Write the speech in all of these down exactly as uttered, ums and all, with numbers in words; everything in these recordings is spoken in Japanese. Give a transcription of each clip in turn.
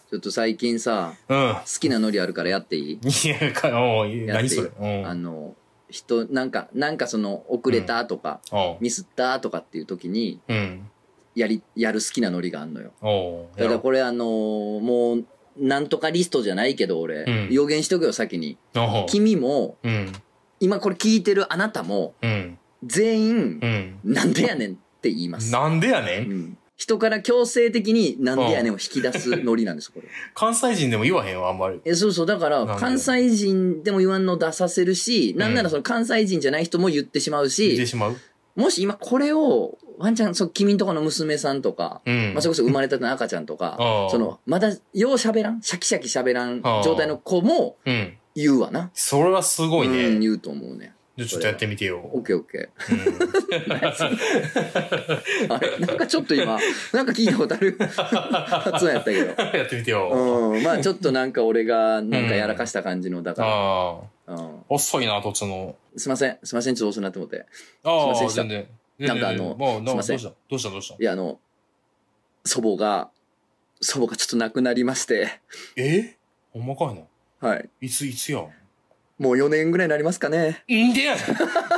ちょっと最近さ、 うん。 好きなノリあるからやっていい？ いや、か、おうやっていい何それ。うん。 あの、人、なんか、なんかその、遅れたとか、 おうミスったとかっていう時に、 うん。 やり、やる好きなノリがあんのよ。 おうだからこれあのーもう、なんとかリストじゃないけど俺、 うん予言しとくよ先に。 おう君も、 うん。 今これ聞いてるあなたも、 うん。 全員、 うん。 なんでやねんって言います。 なんでやねうんん。人から強制的になんでやねんを引き出すノリなんです、これ。 関西人でも言わへんわ、あんまり。 え、そうそう。だから、 なんで関西人でも言わんの出させるし、 んなんならその関西人じゃない人も言ってしまう言ってし、 しまうもし今これを、ワンちゃん、そう、君んとこの娘さんとか、 うんまあ、それこそ生まれたての赤ちゃんとかああ、 その、まだ、よう喋らんシャキシャキ喋らんああ状態の子もうん。 言うわな。 それはすごいうん、 ね。 言うと思うね。 じゃあちょっとやってみてよ。 オッケーオッケー。 うん。 あれなんかちょっと今、なんか聞いたことある発音やったけど。 やってみてよ。 うん、まあちょっとなんか俺がなんかやらかした感じの、だから。 ああ。 うん遅いな、とつの。 すいません。すいません。ちょっと遅くなって思って。 ああ、 すいませんでした全然。 なんかあのもう、 すいませんどうしたどうしたどうしたいや、あの、祖母が、祖母がちょっと亡くなりまして、 えほんまかいな。 はい。 いつ、いつやん。 もうよねんぐらいになりますかね。 んでやねん。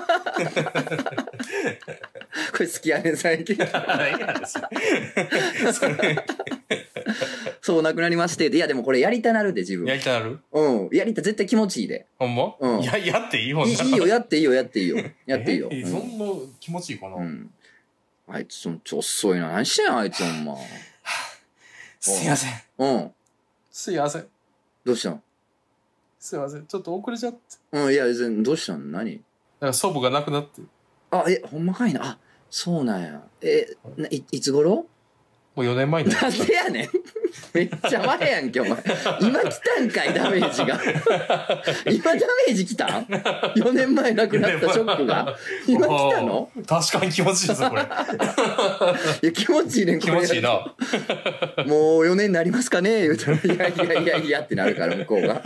これ好きやねん、最近。 何やねんそれそれそう、亡くなりまして。いや、でもこれやりたなるで、自分。 やりたなるうん。やりた、絶対気持ちいいで。 ほんまうんや、やっていいほんならいいいいよ、やっていいよ、やっていいよ。やっていいよ。 えうんそんな気持ちいいかな、 うん。あいつ、そのちょ遅いな。何してんあいつ、ほんま。 すいません。 うん。 すいません。 どうしたの？ すいません。ちょっと遅れちゃって。 うん、いや、全然、どうしたの？何？ だから祖母が亡くなって。 あ、え、ほんまかいな。あ、そうなんや。え、ない、いつ頃？ もうよねんまえになりなんました。 でやねん。めっちゃ前やんけ、お前。今来たんかい、ダメージが。今ダメージ来たん ?よ 年前亡くなったショックが。今来たの？ 確かに気持ちいいですよ、これ。 いや、気持ちいいねん、これ。 気持ちいいな。 もうよねんになりますかね言うたら、いやいやいやいやってなるから、向こうが。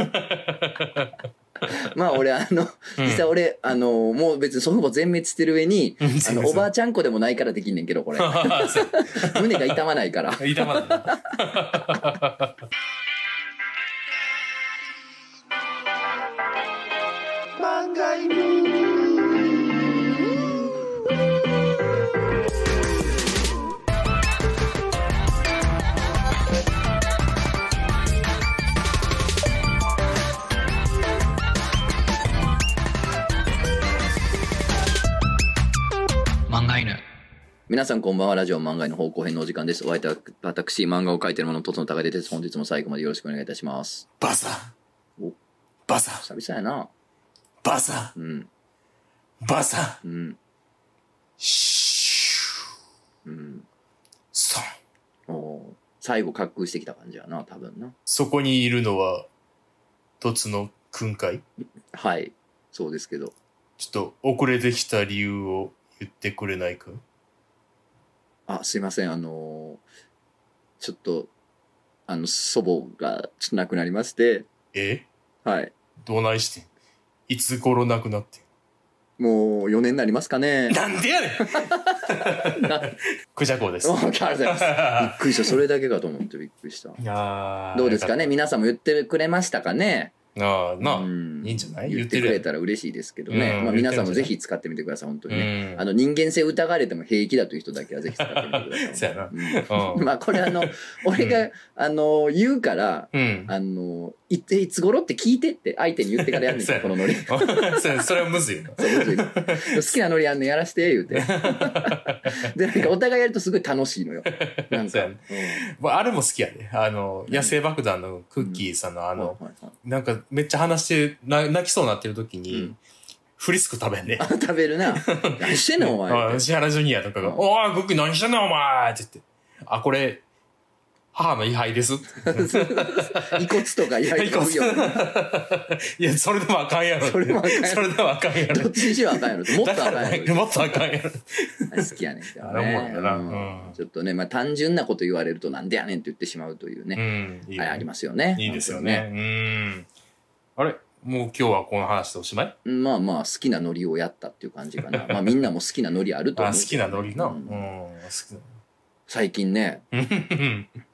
まあ俺、あの、実際俺、あの、もう別に祖父母全滅してる上に、あの、おばあちゃん子でもないからできんねんけど、これ。胸が痛まないから。 痛まない。 皆さんこんばんは。ラジオ漫画の方向編のお時間です。お相手は私、漫画を描いている者、とつの高出です。本日も最後までよろしくお願いいたします。 バサおバサ久々やな。 バサうん。 バサうん。 シューうん。 ソンおー最後滑空してきた感じやな、多分な。 そこにいるのは、とつのくんかい？ はい。そうですけど。 ちょっと遅れてきた理由を言ってくれないか？ あ、すいません。あのーちょっと、あの、祖母がちょっと亡くなりまして、 えはい。 どないしてん？いつ頃亡くなってん？ もうよねんになりますかね。 なんでやねんクジャコウです。 おありがとうございます。びっくりした。それだけかと思ってびっくりした。 あーどうですかね？ よ皆さんも言ってくれましたかね？ ああ、なあ、 うんいいんじゃない？ 言ってくれたら嬉しいですけどね。 うんまあ皆さんもぜ言ってるんじゃないひ使ってみてください、本当にね。 うんあの人間性疑われても平気だという人だけはぜひ使ってみてください。 そうやなうんうんまあこれあの、俺が、あの、言うから、 うん。 あの、いつ、いつ頃って聞いてって相手に言ってからやんねんそうやこのノリ。そうそれそれはむずいな。 むずい好きなノリやんねんやらして、言うて。で、なんかお互いやるとすごい楽しいのよ。なんか。 そうやねうんまああれも好きやで。あの、野生爆弾のクッキーさんのあの、 はいはいはいなんかめっちゃ話してな、泣きそうになってる時に、 うんフリスク食べんね。 あ食べるな。何してんのお前あ石原ジュニアとかが、 うんおー、クッキー何してんのお前って言って。あ、これ、母の位牌です。 遺骨とか焼いてるよ。 いや、それでもあかんやろ。 それでもあかんやろそれでもあかんやろ。 どっちにしろあかんやろ。もっとあかんやろ。 もっとあかんやろ。 好きやねんけどあれもんね。 やなうんうんちょっとね、まあ単純なこと言われるとなんでやねんって言ってしまうといううね。 ん。いいよあれありますよね。 いいですよね。うん。あれもう今日はこの話でおしまい？ まあまあ好きなノリをやったっていう感じかな。まあみんなも好きなノリあるとあ、 思うけどね。 好きなノリな。 ううんん。好きな。 最近ね、 うん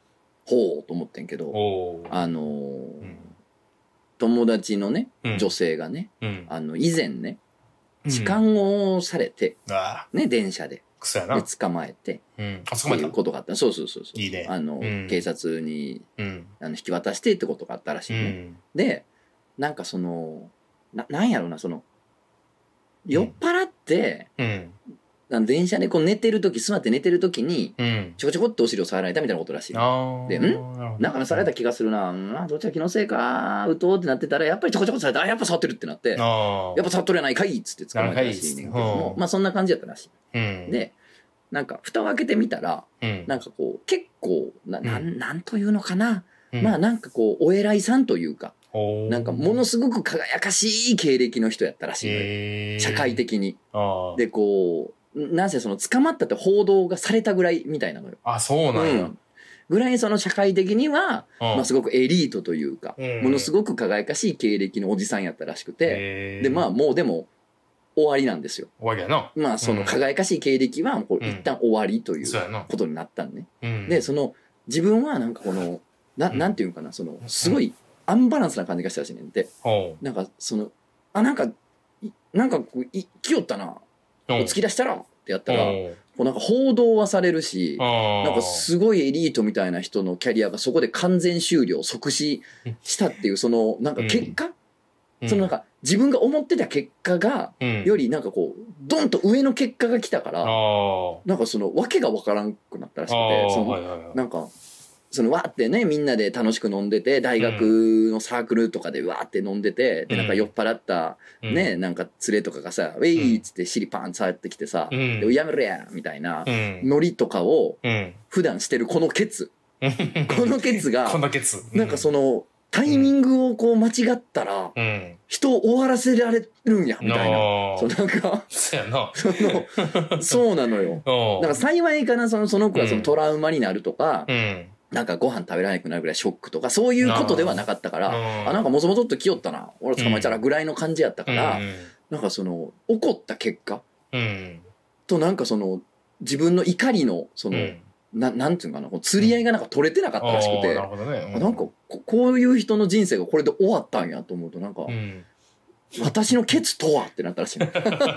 ほうと思ってんけど、 おーあのーうん友達のね、 うん女性がね、 うんあの、以前ね、 うん痴漢をされて、 ああ、 ね、電車で。で、 クソやな。 捕まえて、 うん。あ、 っていうそこまでことがあった。そうそうそうそう。 いいねあの、 うん警察にうん。 あの引き渡してってことがあったらしいうね。 ん。 で、なんかその、な、なんやろな、その、酔っ払って、 うん。 あの電車でこう寝てる時、座って寝てる時に、 うん。 ちょこちょこっとお尻を触られたみたいなことらしい。 ああ。 でんなるほどなんかされた気がするな。うん、あどっちが気のせいか、うとうってなってたら、やっぱりちょこちょこされた。あ、やっぱ触ってるってなって、 ああ。 やっぱ触っとるやないかいっつって捕まえたらしいねんけども、 なるかいっつってまあそんな感じやったらしうん。 い。、で、なんか蓋を開けてみたら、 うん。 なんかこう、結構、な、なうんん、なんというのかな。 うん、 まあなんかこう、お偉いさんというか、 おーなんかものすごく輝かしい経歴の人やったらしいのよ。 へー社会的に。 ああ。 で、こう、なんせその捕まったって報道がされたぐらいみたいなのよ。 あ、そうなんや。 うんぐらいその社会的には、 うんまあすごくエリートというか、 うんものすごく輝かしい経歴のおじさんやったらしくて、 へーで、まあもうでも終わりなんですよ。 終わりやな。 まあその輝かしい経歴はこううん一旦終わりというそうやな。 ことになったんね。 うん。 で、その自分はなんかこの、な、 うんなんていうのかな、その、すごいアンバランスな感じがしたらしいねんて。 ほなんかその、あ、なんか、いなんかこう、い、来よったな、 う。 お突き出したらってやったら、こうんうなんか報道はされるし、 ああ。 なんかすごいエリートみたいな人のキャリアがそこで完全終了、即死したっていう、その、なんか結果、 うん、 そのなんか自分が思ってた結果が、 うん、 よりなんかこう、ドンと上の結果が来たから、 ああ。 なんかその、わけがわからんくなったらしくて、 ああその、 はいはいはい。 なんか、そのわーってね、みんなで楽しく飲んでて、大学のサークルとかでわーって飲んでて、で、なんか酔っ払った、 うんね、なんか連れとかがさ、ウェイっつって尻パン触ってきてさ、 うんでやめろやみたいなう、ん。 ノリとかをうん。 普段してるこのケツ、このケツがこ、のケツ。 なんかその、タイミングをこう間違ったら、 うん。 人を終わらせられるんや、みたいな。 ああそう、なんか、 そうやな。 その、そうなのよ。 うん。 だから幸いかな、その、その子がそのトラウマになるとか、 うん。 なんかご飯食べられなくなるぐらいショックとか、そういうことではなかったから、 うんあ、なんかもそもそっと来よったな、俺捕まえたらぐらいの感じやったから、なんかその、起こった結果うん。 となんかその、自分の怒りの、その、 うん。 ななんていうのかな、こう釣り合いがなんか取れてなかったらしくて、 ああなるほどね。 あなんかこ、こういう人の人生がこれで終わったんやと思うと、なんか、 うん。 私のケツとはってなったらしいの。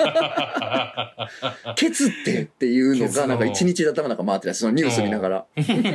ケツってっていうのが、なんか一日で頭の中回ってたし、そのニュース見ながら。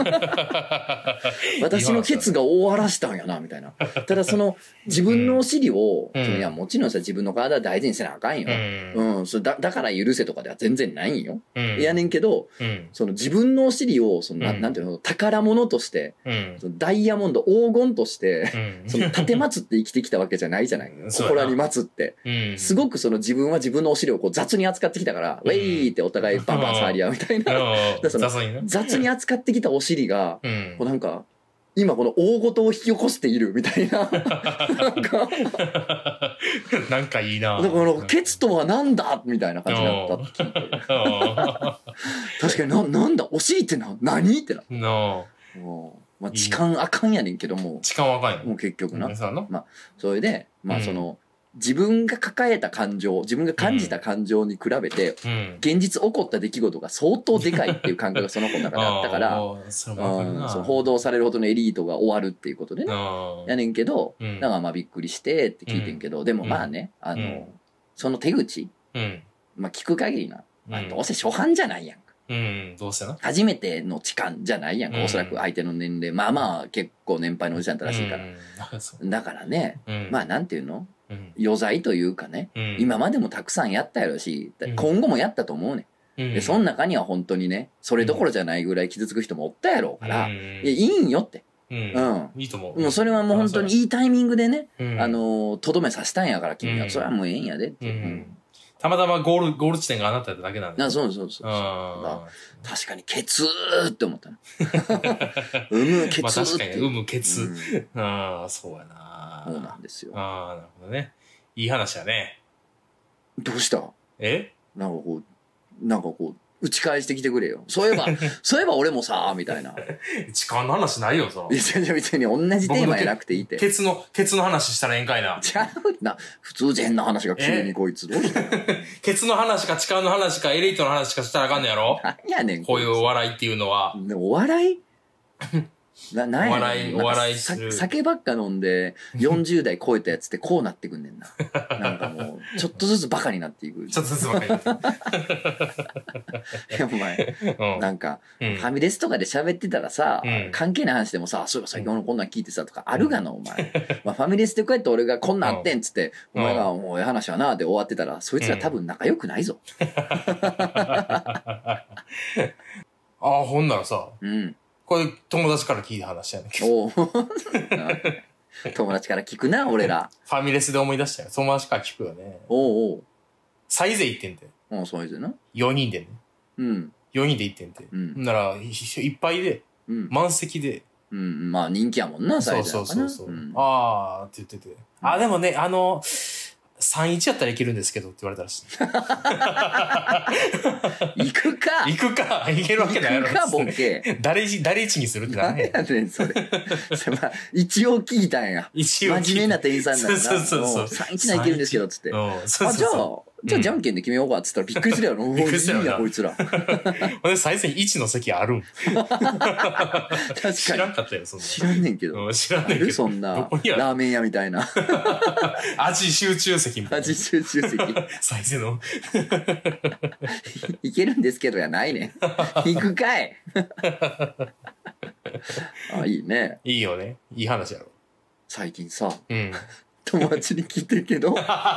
私のケツが終わらしたんやな、みたいな。ただその、自分のお尻を、 うんそのいや、もちろんさ、自分の体は大事にせなあかんよ。 うん。 うん、それだだから許せとかでは全然ないんよ。 うん。 いやねんけど、 うん。 その自分のお尻を、そのなうんなんていうの、宝物として、 うん。 そのダイヤモンド、黄金として、 うん。 その立て祀って生きてきたわけじゃないじゃない。 そうやな心に祀って。 うん。 すごくその自分は自分のお尻をこう雑に扱ってきたから、 うんウェイってお互いバンバン触り合うみたいな。 うん。 その雑にな。 雑に扱ってきたお尻が、 うんこう。なんか、今この大事を引き起こしているみたいな。なんか、 なんかいいな。 だからケツとはなんだみたいな感じになったって聞いて。確かにな、なんだお尻ってな、何ってな。 うん。なあ。 もうまあ、痴漢あかんやねんけども、 時間わかんやもう結局な。 そうやな。 それで、まあうんその、自分が抱えた感情、自分が感じた感情に比べて、 うん。 現実起こった出来事が相当でかいっていう感覚がその子の中であったから、 あーそれもわかるな。 うんそう報道されるほどのエリートが終わるっていうことでね。 あーやねんけど、 うんだからまあびっくりしてって聞いてんけど、でもまあね、あの、 うんその手口、 うん。 まあ聞く限りな、まあうんどうせ初犯じゃないやんか。 うん。どうせな。 初めての痴漢じゃないやんか。 うんおそらく相手の年齢、まあまあ結構年配のおじさんだったらしいから。 うん。そうだからね、 うん。 まあなんていうのうん、 余罪というかね、 うん。 今までもたくさんやったやろし、 うん今後もやったと思うね、 うん、 ん。で、その中には本当にね、それどころじゃないぐらい傷つく人もおったやろうから、 うん、 いや、いいんよって。 うん。 うん。 いいと思う。 もうそれはもう本当にいいタイミングでね、 うん、 あのー、とどめさせたんやから、君は。 うんそれはもうええんやでって。 ううんん。 たまたまゴール、ゴール地点があなただけなんだ。 あそうそうそうそう。 あ確かに、ケツーって思ったの。うむ、ケまあツーって。 確かに、うむ、ケツ。 うんああ、そうやな。 そうなんですよ。 ああ、なるほどね。いい話やね。 どうしたえなんかこう、なんかこう、打ち返してきてくれよ。そういえば、そういえば俺もさ、みたいな。 痴漢の話ないよ、そのい。や、じゃ別に同じテーマじゃなくていいって。 ケツの、ケツの話したらええんかいな。 ちゃうな。普通じゃ変な話が急にこいつ。どうしたケツの話か痴漢の話かエリートの話かしたらあかんのやろなんやねん。 こういうお笑いっていうのは。 でお笑いな、なんやねんお笑いなんかお笑いするさ酒ばっか飲んでよんじゅう代超えたやつってこうなってくんねんな。なんかもう、ちょっとずつバカになっていく。 ちょっとずつばかり。 いや、お前、 うん。 なんか、 うんファミレスとかで喋ってたらさ、 うん関係ない話でもさ、そういえば先ほどこんなん聞いてさとかあるがな、お前。まあ、ファミレスでこうやって俺がこんなんあってんっつって、 うんお前がもうええ話はなで終わってたら、そいつら多分仲良くないぞ。 ああ、ほんならさ、 うん。 これ友達から聞いた話やねんけど。 おう友達から聞くな、俺ら。 ファミレスで思い出したよ。友達から聞くよね。 おうおう。 サイゼ行ってんて。 おう、そういうな。 よにんでね。 うん。 よにんで行ってんて。 うんほんなら、いいっぱいで、 うん。 満席で。 うん。まあ人気やもんな、 そう最初そうそうそう。 ん、 あーって言ってて。あ、でもね、あの、さんいちやったらいけるんですけどって言われたらしい。 行くか行くか行けるわけないやろ。 行くか、ボケ。 誰し、誰一にするってな何んねやねん、それ。それまあ一応聞いたんや。 一応聞いて。 真面目な店員さんだから。 そうそうそうそう。 さんいちならいけるんですけど、つって。 うん、そうあ、 そうじゃあそ、 じゃあじゃんけんで決めようかっつったらびっくりするやろ。 びっくりするやろおいいや、こいつら。 う。ほんで、最初にいちの席あるん。 確知らかに。 んかったよ、そんな。 知らんねんけど。 うん知らんあねんけど。 るそんなどこにあるラーメン屋みたいな。 味集中席みたいな。 味集中席。 最初の。 いけるんですけどやないねん。行くかい。あ、いいね。 いいよね。いい話やろ。 最近さ、 うん。 友達に聞いてるけど、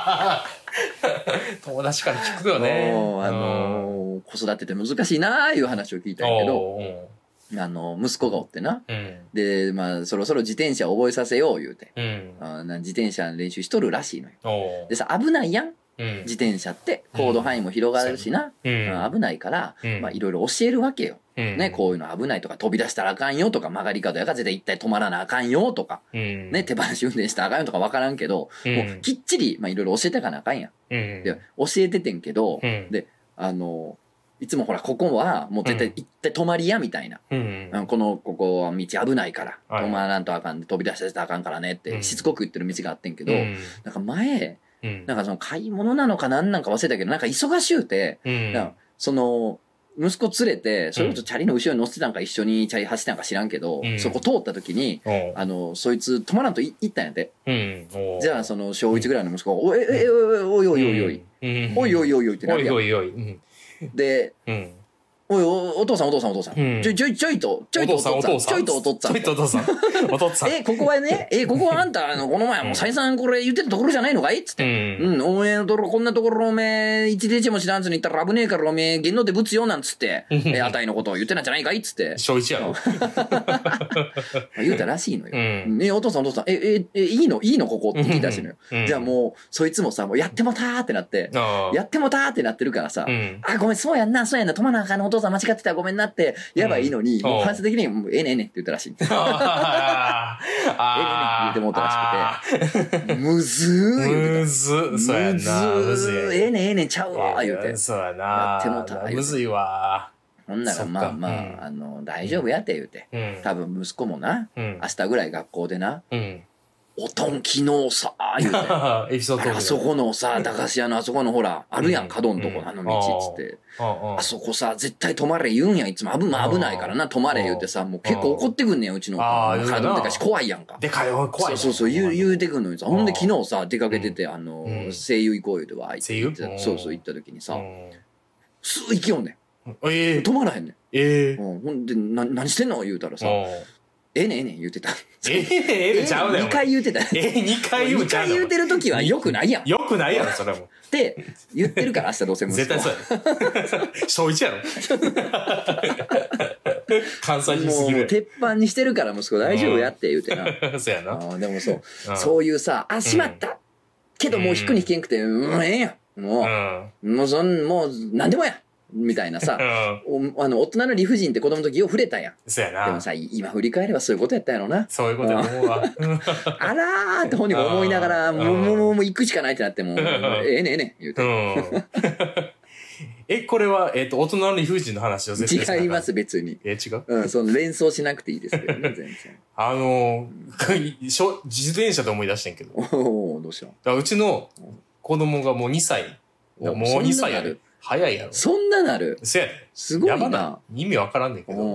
友達から聞くよね。 もうあのー子育てって難しいなーいう話を聞いたんやけど、 おーあの、息子がおってな。 うん。 で、まあ、そろそろ自転車覚えさせよう言うて。 うん。 あな自転車の練習しとるらしいのよ。 おーでさ、危ないやん。 うん。 自転車って行動範囲も広がるしな。 うん。 あ危ないから、 うんまあ、いろいろ教えるわけよ。 うん。 ね、こういうの危ないとか、飛び出したらあかんよとか、曲がり角やから絶対一体止まらなあかんよとか、 うん。 ね、手放し運転したらあかんよとかわからんけど、 うんもうきっちり、まあ、いろいろ教えてかなあかんやん。 うん。 で、教えててんけど、 うん。 で、あの、いつもほら、ここはもう絶対うん一体止まりやみたいな。 うん。 うんこの、ここは道危ないから、 はい止まらんとあかんで、飛び出したらあかんからねって、 うんしつこく言ってる道があってんけど、 うん。 なんか前、 うん。 なんかその買い物なのかなんなんか忘れたけど、なんか忙しゅうて、 うん。 なんかその、息子連れて、それこそチャリの後ろに乗せてたんか一緒にチャリ走ってたんか知らんけど、 うんそこ通った時に、 おーあの、そいつ止まらんとい行ったんやて。 うん。おーじゃあその小いちぐらいの息子が、おい、え、え、おいおいおいおい、 うん。 おいおいおいおいってなるやん。 おいおいおい。うん。 で、 うん。 おいお、お父さんお父さんお父さん。 うんちょいちょいちょいと、ちょいとお父さん。ちょいとお父さんちょい。とお父さん。お父さん。 え、ここはね、え、ここはあんた、あの、この前もう再三これ言ってたところじゃないのかいっつって。 うん。 うん、おめえのところ、こんなところおめえ、一日も知らんつに言ったら危ねえからおめえ、言動でぶつよなんつって、え、あたいのことを言ってたんじゃないかいっつって。 小一やろ。 言うたらしいのよ。 うん。 え、お父さんお父さん、え、え、え、いいのいいのここって聞いたらしいのよ。 うんじゃあもう、そいつもさ、もうやってもたーってなって、 ああ。 やってもたーってなってるからさ、 うん。 あ、ごめん、そうやんな、そうやんな、止まらなあかんな、お父さん間違ってた、ごめんなって、言えばいいのに、 んもう反射的に、もうええねええねって言ったらしい。 ああ。 ええねえね言うてもうたらしくて、むずー言うてむずた。 そうやんな。むずい。 ええねえええねちゃうわ、言うて。 そうやな。 やってもうた言うてむずいわ。 ほんなら、 そっかまあまあ、 うんあの、大丈夫やって言うて。 うん。 多分息子もな、 うん明。日ぐらい学校でな、 うん。 おとん昨日さ、言うて。 エピソードトークであそこのさ、駄菓子屋のあそこのほら、あるやうんん、角んとこ、あの道、つって。 うんうんあそこさ、絶対止まれ言うんや、いつも。危まあ危ないからな、止まれ言うてさ、もう結構怒ってくんねん、うちの。 あー言うな角でかし怖いやんか。 でかいよ、怖いな。 そうそうそう、言う、言うてくんのにさ。ほんで昨日さ、出かけてて、あのう、ん声優行こう言うてわ、 声優そうそう、行った時にさう、んすぐ行きよんねん。 ええ。 止まらへんねん。 ええ。 うんほんで、な、何してんの言うたらさ、 うんええねんええねん言うてた。 ええ、ええ、ちゃうねん。 にかい言うてた。 ええ、にかい言うにちゃうねんかい言うてる時は良くないやん。っよくないやろ、それも。 て言ってるから、明日どうせ息子絶対そうや。小一やろ。関西人すぎるもう鉄板にしてるから息子大丈夫やって言うてな。 やん。そうやな。 あーでもそう、 うんそういうさ、あ、しまったけどもう引くに引けんくて、うん、ええやん。もうん。 う、もうそん、もう、なんでもやみたいなさ、 うん。 おあの、大人の理不尽って子供の時よう触れたやん。 そうやな。 でもさ、今振り返ればそういうことやったんやろな。 そういうことやと思うわ。 あらーって本人も思いながら、 うんもう、もう、もう、もう行くしかないってなっても、 んええねんええねん言ううて。 ん。え、これは、えっと、大人の理不尽の話を絶対しなあかん違います、別に。 え、違ううん、その連想しなくていいですけどね、全然。 あのー、しょ自転車で思い出してんけど。だかおおどうしたのらうちの子供がもうにさい。 おもうにさいやそんななるで。早いやろ。 そんななるせやで。 すごいな。 やばない。意味わからんねんけど。 お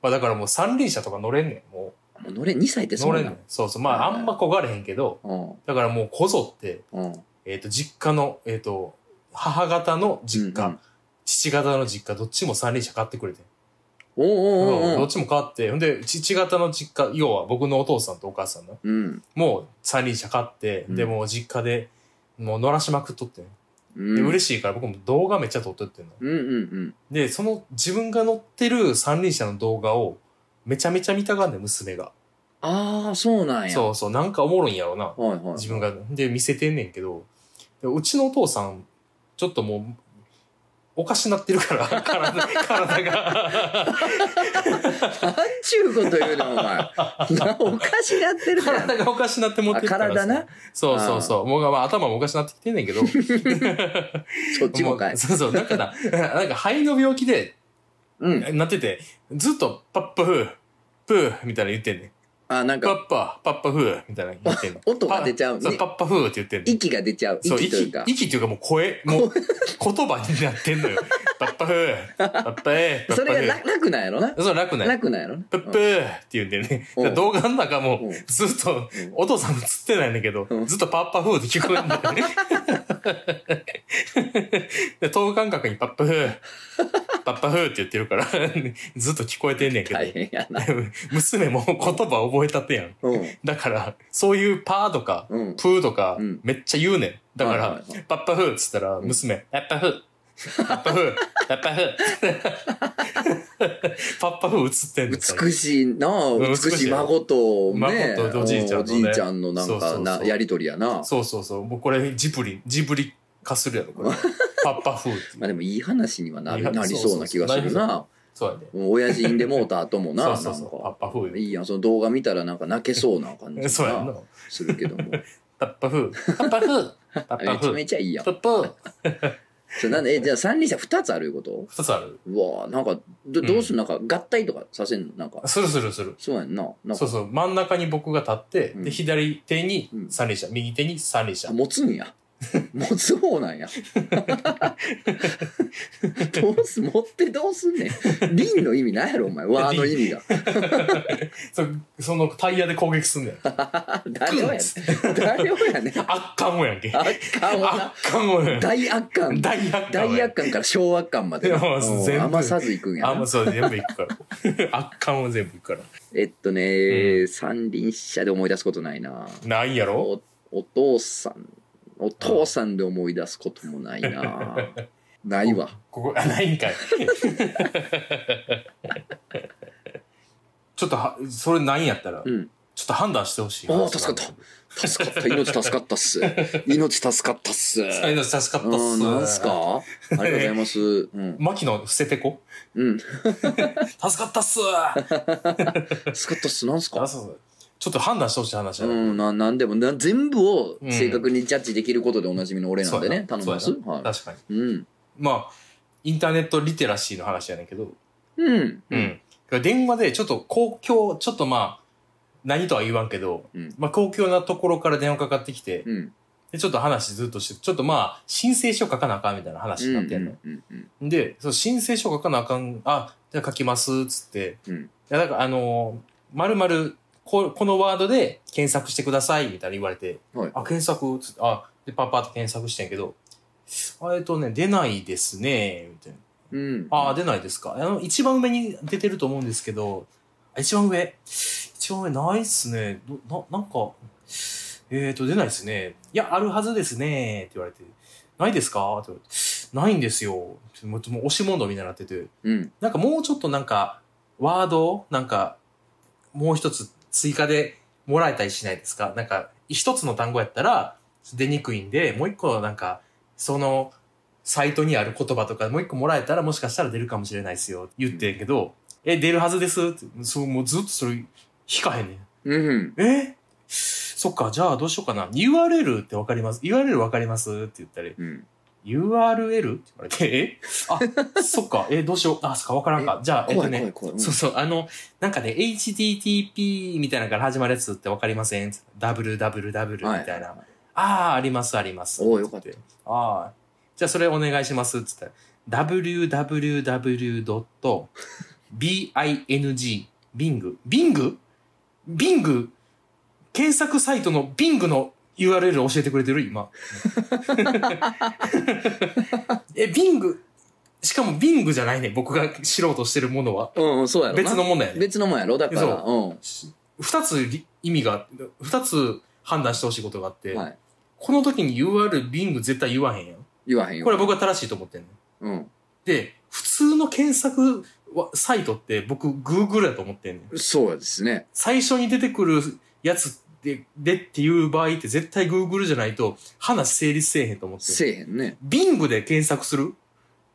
まあだからもう三輪車とか乗れんねん、ももう乗れ、にさいってう。 そうなの。 乗れんねん。そうそう。まああんま焦がれへんけど、 うん。 だからもうこぞって、 うん。 えっと、実家の、えっと、母方の実家、 うんうん父方の実家、どっちも三輪車買ってくれてん。 おうおうおうおう。 どっちも買って、ほんで、父方の実家、要は僕のお父さんとお母さんの、 うん。 もう三輪車買って、 うんで、もう実家で、もう乗らしまくっとってん。 うん。 で、嬉しいから僕も動画めっちゃ撮ってってんの。 うんうんうん。 で、その自分が乗ってる三輪車の動画をめちゃめちゃ見たがんねん、娘が。 ああ、そうなんや。 そうそう、なんかおもろいんやろな。 はいはい。 自分が。で、見せてんねんけど、でうちのお父さん、ちょっともう、おかしなってるから、体、体が。 なんちゅうこと言うの、お前。なおかしなってるから。 体がおかしなって持ってるからさ。 あ体な。 そうそうそう。もう、まあ、頭もおかしなってきてんねんけど。 そっちもかい。 うそうそう。だから、なんか肺の病気で、 うん。 なってて、ずっとパッパフー、プーみたいなの言ってんねん。 あ、なんパか、 ッパ、パッパフーみたいなの言ってんの。 音が出ちゃうパそう、パッパフーって言ってんの。 息が出ちゃう。 そう、息息というか。 息っていうかもう声、もう言葉になってんのよ。パッパフー、パッパー、パッパフー。 それが楽楽なんやろな。 そう、楽ない。 楽なんやろな。 プップーって言うんでね。 うん動画の中もうんずっと、お父さん映ってないんだけど、ずっとパッパフーって聞こえるんだよね。で等間隔にパッパフー、パッパフーって言ってるから、ずっと聞こえてんねんけど。 大変やな。 娘も言葉覚えたってやん。 うん。 だから、そういうパーとか、 うんプーとかうん、 めっちゃ言うねん。だから、 はいはいはいパッパフーっつったら、娘、パッパフー、パッパフー、パッパフー。パッパフー映ってんの。 美しいなあ、 ん美しい孫とね、 孫とおじいちゃんのねおじいちゃんのなんかそうそうそうなやりとりやな。 そうそうそう。もうこれ、ジブリ、ジブリ化するやろ、これ。パッパフーって。 まあでもいい話にはないるい話なりそうな気がするな。 そうやね。 もう親父産んでもうた後もな、なそうんそうそう。パッか。 パフー。 いいやん、その動画見たらなんか泣けそうな感じそうやんなが。するけども。 パッパフー。パッパフー。パッパめちゃフー。 めちゃいいやんパ。ッパー。 それなんで、え、じゃあ三輪車二つあるいうこと二つある。 うわぁ、なんか、どどうするなんか合体とかさせんのなんか。 するするする。 そうやんな。なんか、 そうそう。真ん中に僕が立って、 うんで、左手にうん三輪車、右手に三輪車。 持つんや。持つ方なんや。どうす、持ってどうすんねん。リンの意味ないやろ、お前。ワーの意味が。 そそのタイヤで攻撃すんねん。 誰をやねん。誰をやねん。 圧巻をやんけ。 圧巻はな。 圧巻をやん。 大圧巻。 大圧巻。 大圧巻から小圧巻までな。 いやもううん全部余さずいくんやな。 あ、もうそう、全部いくから。圧巻を全部いくから。 えっとね、三輪車で思い出すことないな。 ないやろお、お父さん、お父さんで思い出すこともないな。ないわ。 ここ、あ、ないんかい。ちょっとは、それないんやったら、 うん。 ちょっと判断してほしい。 ああ、助かった。助かった。命助かったっす。命助かったっす。 使いの助かったっうん、 す。 なんすかありがとうございます。うん。 牧野捨ててこうん。 助かったっす。 助かったっす。なんすかあそうそうちょっと判断してほしい話だね。 うん、な、なんでも、な全部を正確にジャッジできることでおなじみの俺なんでね、 そうやな頼みますそうやなはい。 確かに。 うん。 まあ、インターネットリテラシーの話やねんけど、 うん。 う。ん。電話でちょっと公共、ちょっとまあ、何とは言わんけど、 うん。 まあ公共なところから電話かかってきて、 うん。 で、ちょっと話ずっとして、ちょっとまあ、申請書書かなあかんみたいな話になってんの。 うん。うん。 で、その申請書書かなあかん、あ、じゃあ書きます、つって。 うん。 いや、だからあのー、まるまる、ここのワードで検索してください、みたいな言われて、 はい。 あ、検索、つって、あ、で、パッパッと検索してんけど、あえっとね、出ないですね、みたいな。 うん。 ああ、出ないですか。あの、一番上に出てると思うんですけど、あ一番上、一番上ないっすね。どな、なんか、えっと、出ないっすね。いや、あるはずですね。って言われて、ないですかって言われて、ないんですよ。もう、もう押し問答みたいになってて、 うん。 なんかもうちょっとなんか、ワードをなんか、もう一つ追加でもらえたりしないですかなんか、一つの単語やったら出にくいんで、もう一個なんか、その、サイトにある言葉とかもう一個もらえたらもしかしたら出るかもしれないですよ。言ってんけど、え、出るはずですって。そう、もうずっとそれ、引かへんねうん。 ん。えそっか、じゃあどうしようかな。ユーアールエル ってわかります ?ユーアールエル わかりますって言ったら、 うん。 ユーアールエル って言われて、えあ、そっか、え、どうしよう。あ、そっか、わからんか。じゃあ、えっとね、 怖い怖い怖い。うんそうそう、あの、なんかね、エイチティーティーピー みたいなのから始まるやつってわかりません ?ダブリューダブリューダブリュー みたいな。 ははああ、あります、あります。 おーよかったてああ、じゃあそれお願いします。つったら、ダブリューダブリューダブリュービーアイエヌジー、ビング。ビングビング検索サイトのビングの ユーアールエル 教えてくれてる今。え、ビング、しかもビングじゃないね。僕が知ろうとしてるものは。 うん、うん、そうやろな。 別のものやね。 別のもんやろだから、うん。 二つ意味が、二つ判断してほしいことがあって、 はい、 この時に ユーアールエル ビング絶対言わへんやん。 言わへんよ。 これ僕は正しいと思ってんね。 うん。 で、普通の検索サイトって僕 Google だと思ってんねん。 そうですね。 最初に出てくるやつで、でっていう場合って絶対 Google じゃないと話成立せえへんと思って。 せえへんね。 Bing で検索する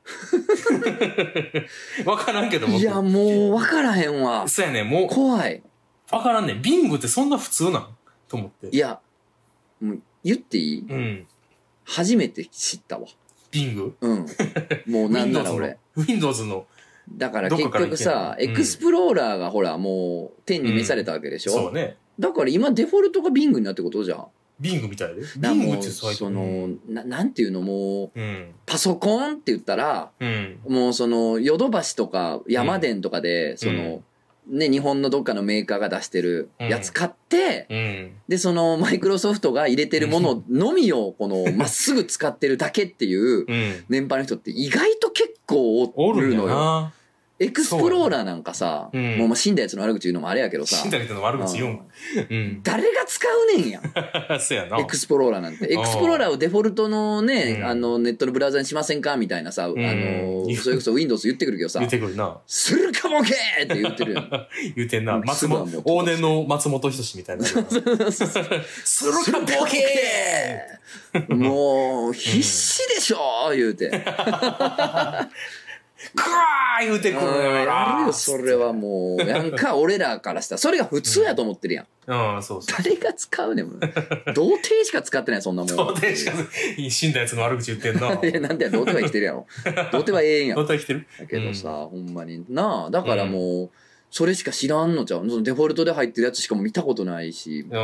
わからんけど僕。 いや、もうわからへんわ。 そうやねん、もう。 怖い。 わからんねん。Bing ってそんな普通なんと思って。 いや、もう言っていい？ うん。 初めて知ったわ。 Bing？ うん。もうなんなら俺。 Windows の。 だから結局さ、エクスプローラーがほらもう天に召されたわけでしょ、 うん、そうね。 だから今デフォルトが Bing になってことじゃん。 Bing みたいで。 Bing ってその、な、なんていうのもう、うん、パソコンって言ったら、うん、もうその、ヨドバシとかヤマデンとかで、うん、その、ね、日本のどっかのメーカーが出してるやつ買って、うん、で、その、マイクロソフトが入れてるもののみを、この、まっすぐ使ってるだけっていう年配の人って意外と結構おるのよ。エクスプローラーなんかさ、うん、もう死んだやつの悪口言うのもあれやけどさ。 死んだやつの悪口言うん。 うん、誰が使うねんやん。 そうやな。 エクスプローラーなんて。エクスプローラーをデフォルトのね、うん、あの、ネットのブラウザにしませんかみたいなさ、うん、あの、それこそ Windows 言ってくるけどさ。 言ってくるな。 するかもけーって言ってるやん。 言ってんな。松本、往年の松本人志みたいな。するかもけーもう、必死でしょ言うて。 クワー言うてくるよやるよ、それはもう。なんか、俺らからしたら、それが普通やと思ってるやん。 うん、うん、そうそう。 誰が使うねん。童貞しか使ってない、そんなもん。 童貞しか、死んだやつの悪口言ってんな。 いや、なんでや、童貞は生きてるやろ。童貞はええんやん。 童貞は生きてるだけどさ、うん、ほんまになあ、だからもう、それしか知らんのちゃう。そのデフォルトで入ってるやつしかも見たことないし。 うん。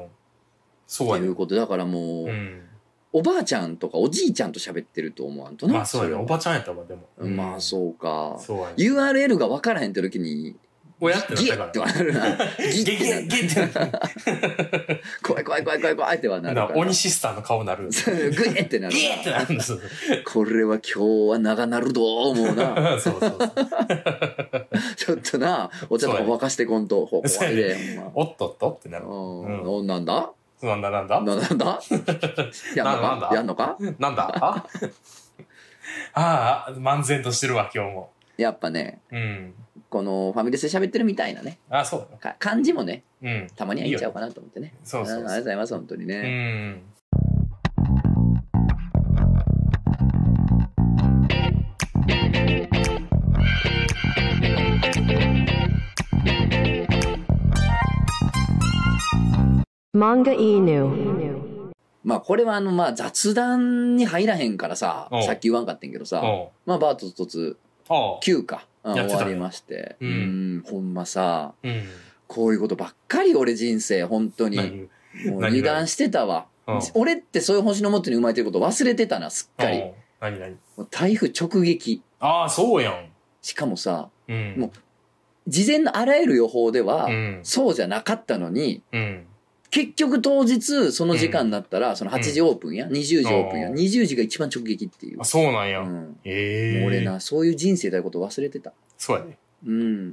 そうやね。 ということ、だからもう、うんおばあちゃんとかおじいちゃんと喋ってると思わんとな。 まあそうやね。おばちゃんやったわ、でも。 うん、まあそうか。 そうやね。 ユーアールエル が分からへんって時に、 親ってなったから。 ギッってなるな。 ギッてなる。ギッってなる。怖い怖い怖い怖い怖いってはなるから。 鬼シスターの顔になる。 グッってなる。 ギッってなるんです。 これは今日は長なるどう思うな。 そうそうそう。 ちょっとな、お茶とか沸かしてこんと、怖いで。 おっとっとってなる。 うん。なんだなんだなんだなんだやんのかやんのかなんだああ、漫然としてるわ、今日も。 やっぱね、 うん、 このファミレスで喋ってるみたいなね。 あ、そうだ。感じもね、 うん、 たまにはいいんちゃうかなと思ってね。 そうそうそう。 ありがとうございます、本当にね。 うん漫画いいね。まあこれはあのまあ雑談に入らへんからさ、さっき言わんかったんけどさ、まあバートとつきゅうか終わりまして、うん、ほんまさ、こういうことばっかり俺人生本当にもう油断してたわ。俺ってそういう星のもとに生まれてること忘れてたな、すっかり。 何何台風直撃。 ああ、そうやん。 しかもさ、もう事前のあらゆる予報ではそうじゃなかったのに、結局当日その時間になったら、うん、そのはちじオープンや、うん、にじゅうじオープンや、にじゅうじが一番直撃っていう。 あ、そうなんや。 うん、 ええー。 もう俺な、そういう人生だいうこと忘れてた。 そうやね。 うん。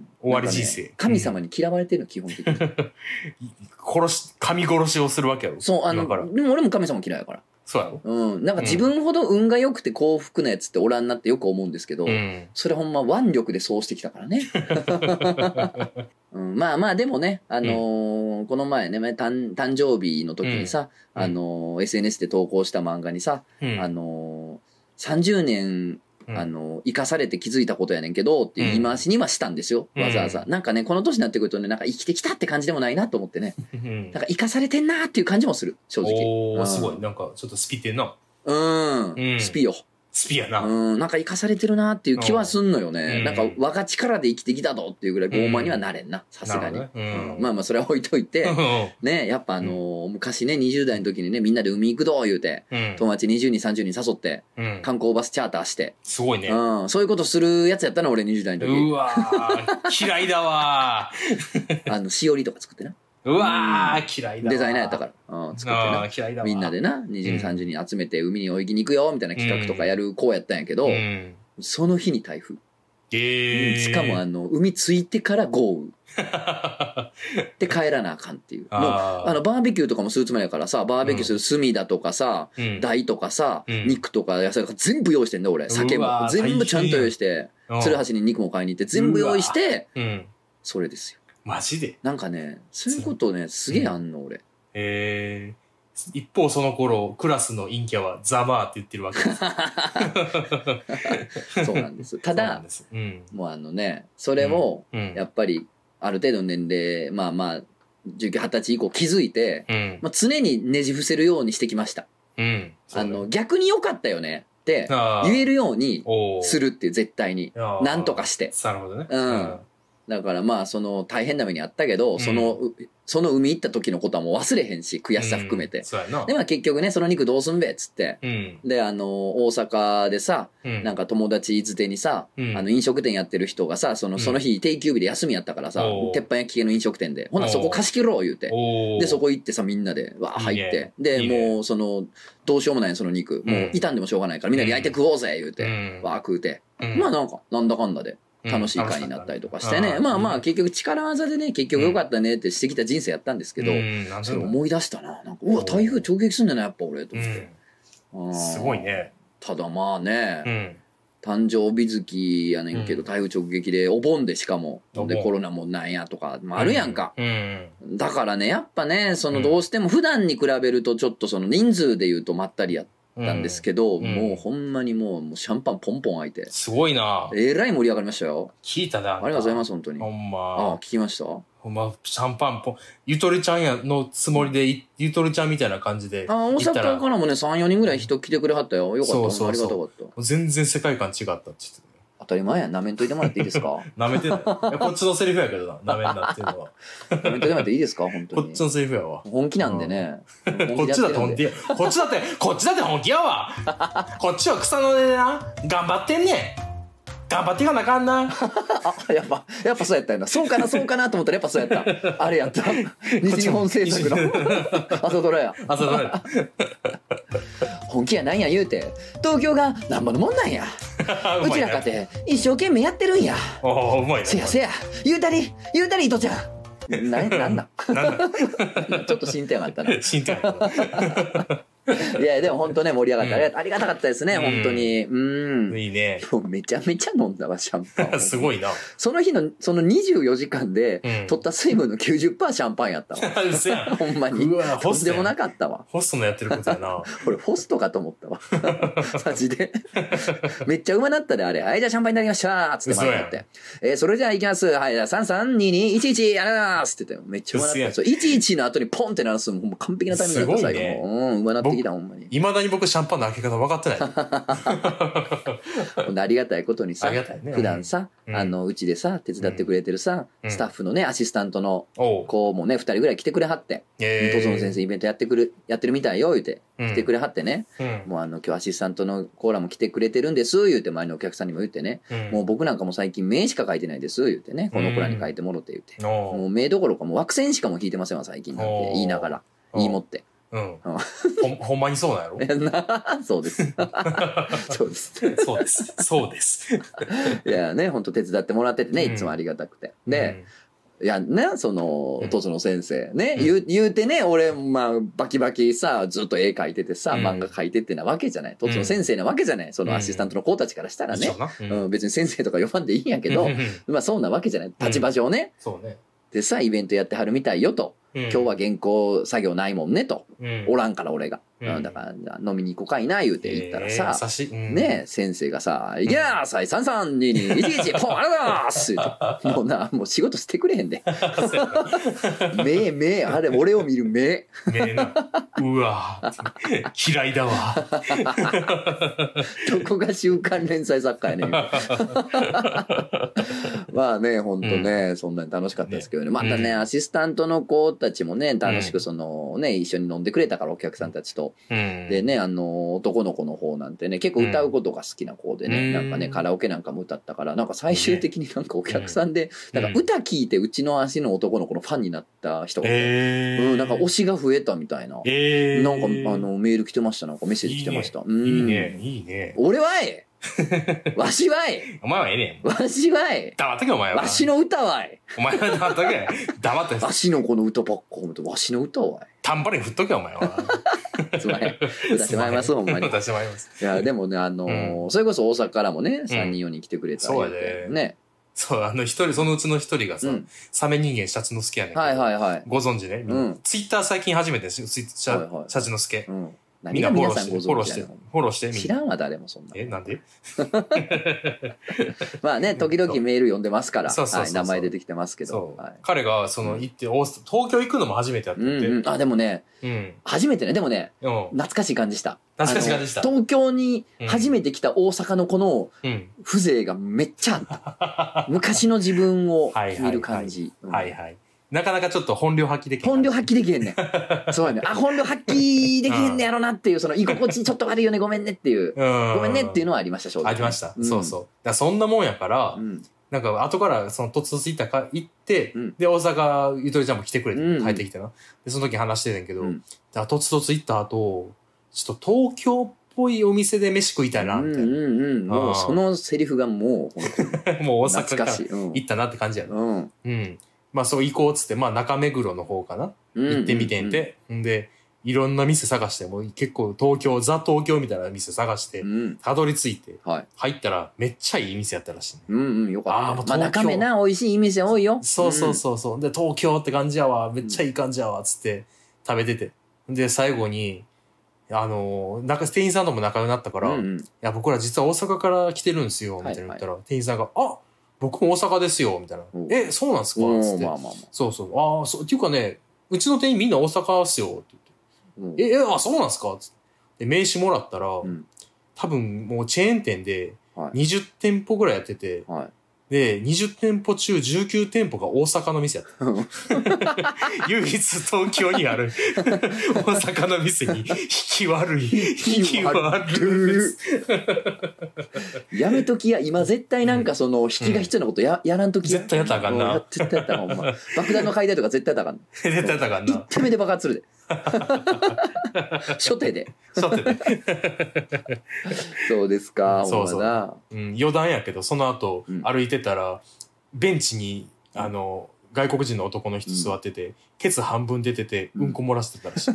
終わり人生。 ね、神様に嫌われてるの、基本的に。 殺し、神殺しをするわけやろ。 そう、あの、でも俺も神様嫌いやから。 そうやろ。 うん。なんか自分ほど運が良くて幸福なやつっておらんなってよく思うんですけど、うん、それほんま腕力でそうしてきたからね。うん、まあまあでもね、あのーうん、この前ね、誕生日の時にさ、うん、あのー、エスエヌエス で投稿した漫画にさ、うん、あのー、さんじゅうねん、あの、生かされて気づいたことやねんけど、っていう言い回しにはしたんですよ。うん、わざわざ。なんかね、この年になってくるとね、なんか生きてきたって感じでもないなと思ってね。なんか生かされてんなっていう感じもする、正直。 おー、すごい。なんかちょっとスピってんな。 うん。うん、スピよ。 スピやな。 うん、なんか生かされてるなっていう気はすんのよね。 うんなんか我が力で生きてきたぞっていうぐらい傲慢にはなれんな、さすがに。 なるほどねうんうんまあまあそれは置いといて、ね、やっぱあのー昔ね、にじゅう代の時にね、みんなで海行くぞ言うて、 うん。 友達にじゅうにん、さんじゅうにん誘って、 うん。 観光バスチャーターして、 すごいね。 うん、そういうことするやつやったの俺にじゅう代の時。 うわー、嫌いだわあの、しおりとか作ってな。 ー。うわー、嫌いだわー。 デザイナーやったから。うん、作ってなあ。ー、嫌いだわ。 みんなでな、にじゅうにん、さんじゅうにん集めて海に泳ぎに行くよ、みたいな企画とかやる子やったんやけど、 うん。 その日に台風。 えー。 しかもあの、海着いてから豪雨。で帰らなあかんっていう。もう、 あーあの、バーベキューとかもするつもりやからさ、バーベキューする炭だとかさ、 うん台とかさ、 うん肉とか野菜とか全部用意してんだ俺。酒もうわ。ー全部ちゃんと用意して、 うん鶴橋に肉も買いに行って全部用意して、 うん。 それですよ。 マジでなんかね、そういうことね、すげえあんの俺。 えー。一方その頃、クラスの陰キャはざまーって言ってるわけです。 そうなんです。ただそうなんで、すうん。 もうあのね、それを、 うん。 やっぱり、ある程度の年齢、まあまあ、じゅうきゅう、はたち以降気づいて、 うん。 まあ、常にねじ伏せるようにしてきました。 うん。 あの、逆に良かったよねってあー言えるようにおーするっていう、絶対に。 あーなんとかして。 なるほどね。 うんだからまあ、その、大変な目にあったけど、 んその、うその海行った時のことはもう忘れへんし、悔しさ含めてうん。そうやな。 で、まあ結局ね、その肉どうすんべっつって。 うん。 で、あの、大阪でさ、 うん。 なんか友達伊豆手にさ、 うんあの飲食店やってる人がさ、その、その日定休日で休みやったからさおう、 鉄板焼き系の飲食店で、ほなそこ貸し切ろう言うて。 おーで、そこ行ってさ、みんなで、わー入って。 いいねで、 いいねもう、その、どうしようもないその肉。もう、傷んでもしょうがないから、みんなで焼いて食おうぜ言うて、 うんわー食うて。 うんまあなんか、なんだかんだで。 うん楽しい会になったりとかしてね。 楽しかったまあまあ、 うん結局力技でね、結局良かったねってしてきた人生やったんですけど、 うんなんでそれ思い出したな。なんか、うわ、台風直撃すんだな、やっぱ俺、と思って。 うん。 あーすごい。ね。 ただまあね、 うん。 誕生日月やねんけど、 うん台風直撃で、お盆でしかも、 お盆で、コロナもなんやとか、もあるやんか。 うん。 だからね、やっぱね、そのうんどうしても普段に比べるとちょっとその人数で言うとまったりやったんですけど、 うんもうほんまにもうもうシャンパンポンポン開いて、 すごいな。 えらい盛り上がりましたよ。 聞いたな。 ありがとうございますす、本当に。 ほんああ、 ま。 聞きましたほんま、シャンパンポン。ゆとりちゃんやのつもりでい、ゆとりちゃんみたいな感じで。 ああ、大行ったら阪からもね、さん、よにんぐらい人来てくれはったよ。よかった。 そうそうそうありがたかった。 全然世界観違ったって言ってたよ。 当たり前やん。舐めんといてもらっていいですか舐めてない。いやこっちのセリフやけどな。舐めんなっていうのは。 舐めんといてもらっていいですか本当に。 こっちのセリフやわ。 本気なんでね。 こっちだって本気や。こっちだって、こっちだって本気やわ。こっちは草の根でな、頑張ってんねん。頑張っていかなあかんな。 あ、やっぱ、やっぱそうやったよな。そうかな、そうかなと思ったらやっぱそうやった。あれやった。西日本制作の朝ドラや。 あ、そうだ。 本気やなんや言うて、東京がなんぼのもんなんや。うちらかて一生懸命やってるんや。 おお、うまいな。 せやせや、言うたり、言うたり、糸ちゃん。な、なんなんなんだ。 ちょっと進展あったな。い進展あるや、でも本当ね、盛り上がった。 うんありがありがたかったですね、 うん本当に。うん。 いいね。 もうめちゃめちゃ飲んだわ、シャンパン。 すごいな。 その日の、そのにじゅうよじかんでうん、 取った水分の きゅうじゅっパーセント シャンパンやったわ。 うせやん。 ほんまに。 うわホストやんとんでもなかったわ。 ホストのやってることやな。 俺、ホストかと思ったわ。マジで。めっちゃうまなったで、あれ。はい、じゃあシャンパンいただきましたつって前になって。えー、それじゃあ行きます。はい、じゃあさんさんににいちいち、ありがとうございますって言って、めっちゃうまなった。そう、いちいちの後にポンって鳴らすの、ほんま完璧なタイミングだった、 すごいね最後。うん、うまなってきた、ほんまに。 いまだに僕シャンパンの開け方分かってない。 ほんでありがたいことにさ、 ありがたいね普段さ、 うんあの、うちでさ、手伝ってくれてるさ、 うんスタッフのね、アシスタントのおう。 子もね、二人ぐらい来てくれはって、 えとぞの先生イベントやってくる、やってるみたいよ、言うて、 うん来てくれはってね、 うん。 もうあの、今日アシスタントのコーラも来てくれてるんです、言うて、前のお客さんにも言ってね、 うんもう僕なんかも最近名しか書いてないです、言うてね、この子らに書いてもろて言うて。 おうもう名どころかもう枠線しかも引いてませんわ、最近なんて言いながら、 お言い持って。 うん。ほん、ほんまにそうなんやろえなそうです。そうです。 そうです。そうです。 いやね、ほんと手伝ってもらっててね、 うんいつもありがたくて。で、いやね、その、とつの先生ね、言う、言うてね、俺、まあ、バキバキさ、ずっと絵描いててさ、 うん漫画描いてってなわけじゃない。とつの先生なわけじゃない。そのアシスタントの子たちからしたらね一緒。な。ううん、別に先生とか呼ばんでいいんやけどう、んまあ、そんなわけじゃない。立場上ね。 そうね。 でさ、イベントやってはるみたいよと。 うん今日は原稿作業ないもんねと。 うんおらんから俺が。 うんうんだから、じゃあ飲みに行こうかいな言うて言ったらさ、 えー優しいうんねえ、先生がさ、いきゃーさい、さんさんににいちいち、ポン、ありがとうございます言うてもうな、もう仕事してくれへんで。目、目、あれ、俺を見る目。 目な。うわ嫌いだわ。 どこが週刊連載作家やねん。まあね、ほんとね、そんなに楽しかったですけどね。またね、 うんアシスタントの子たちもね、楽しうんくそのね、一緒に飲んでくれたから、お客さんたちと。 うんでね、あの、男の子の方なんてね、結構歌うことが好きな子でね、 うんなんかね、カラオケなんかも歌ったから、なんか最終的になんかお客さんで、 うんなんか歌聞いてうちの足の男の子のファンになった人がいて、 えーうん、なんか推しが増えたみたいな。 えーなんか、あの、メール来てました。なんかメッセージ来てました。うんいいね、いいね。 俺はい。わしはい。 お前はええねん。 わしはい。 黙っとけ、お前は。 わしの歌はい。 お前は黙っとけ。黙って。 わしのこの歌ばっか褒めて、わしの歌はい。 タンバリン振っとけ、お前は。 すいません。歌ってまいります、ほんまに。 歌ってまいります。 いや、でもね、あのーうそれこそ大阪からもね、さんにんよにん来てくれたそうや言でてね。 そう、あの一人、そのうちの一人がさうん、 サメ人間シャチノスケやねんけど。 はいはいはい。 ご存知ね。 うんツイッター最近初めてですよ、ツイシャはいはいシャチノスケ。 うん。 みんな何が皆フォローして、 さんご存フォローして、 知やねんフォローして、みんな。 知らんわ、誰もそんな。 え、なんでまあね、時々メール読んでますから、 そうそうそうそうはい、名前出てきてますけど。 そうはい。 彼が、その、行って、オース東京行くのも初めてやってて。 うんうん。あ、でもね、 うん。 初めてね、でもね、 うん。 懐かしい感じした。 懐かしい感じしたあの東京に初めて来た大阪のこのうん。 風情がめっちゃあった。昔の自分を見る感じ。うんはいはい。なかなかちょっと本領発揮でき本領発揮揮できへんねん。そうやねん。あ、本領発揮できへんねやろなっていう、その居心地ちょっと悪いよね、ごめんねっていう。 うん。 ごめんねっていうのはありました、正直。 ありました。 んそうそう。だからそんなもんやからう、ん。 なんか後からその突突行ったか、行ってうん、 で、大阪、ゆとりちゃんも来てくれうんて、帰ってきてな。で、その時話しててんけど、 うんだから突突行った後、ちょっと東京っぽいお店で飯食いたいな、みたいうんうんうん。もうあーそのセリフがもう、本当にな。もう大阪から懐かしい。うん。 行ったなって感じやな。 うん。 うん。まあそう行こうっつって、まあ中目黒の方かな。行ってみてんて。んで、いろんな店探して、もう結構東京、ザ東京みたいな店探してう、ん。 たどり着いて、 はい。 入ったらめっちゃいい店やったらしいね。 うんうん、よかった。 あーもうまあ東京中目な、美味しい店多いよ。 そうそうそうそう。で、東京って感じやわ。めっちゃいい感じやわ。つって食べてて。で、最後に、あのー、なんか店員さんとも仲良くなったから、いうんうん。 や、僕ら実は大阪から来てるんですよ。みたいな言ったら、店員さんが、あ、僕も大阪ですよ。みたいなお。 え、そうなんすかおつってーまあ。まあまあ。 そうそう。ああ、そう。っていうかね、うちの店員みんな大阪っすよ。ってうん言って。え、え、あ、そうなんすかつって。で、名刺もらったら、 うん。 多分もうチェーン店ではい。 にじゅってんぽぐらいやってて、 はい。 で、にじゅってんぽ中じゅうきゅうてんぽが大阪の店やった。唯一東京にある大阪の店に引き悪い。引き悪い。 やめときや、今絶対なんかその、引きが必要なことや、やらんときや。 絶対やったらあかんなう絶対やったらあかん、ほんま。爆弾の解体とか絶対やったらあかん。 絶対やったらあかん一な。 手目で爆発するで。初手で。 そうってね。 そうですか、 そうそうほんまな。 うん、余談やけど、その後うん歩いてたら、ベンチに、あの、外国人の男の人座ってて、ケツ半分出てて、うんこ漏らしてたらしい。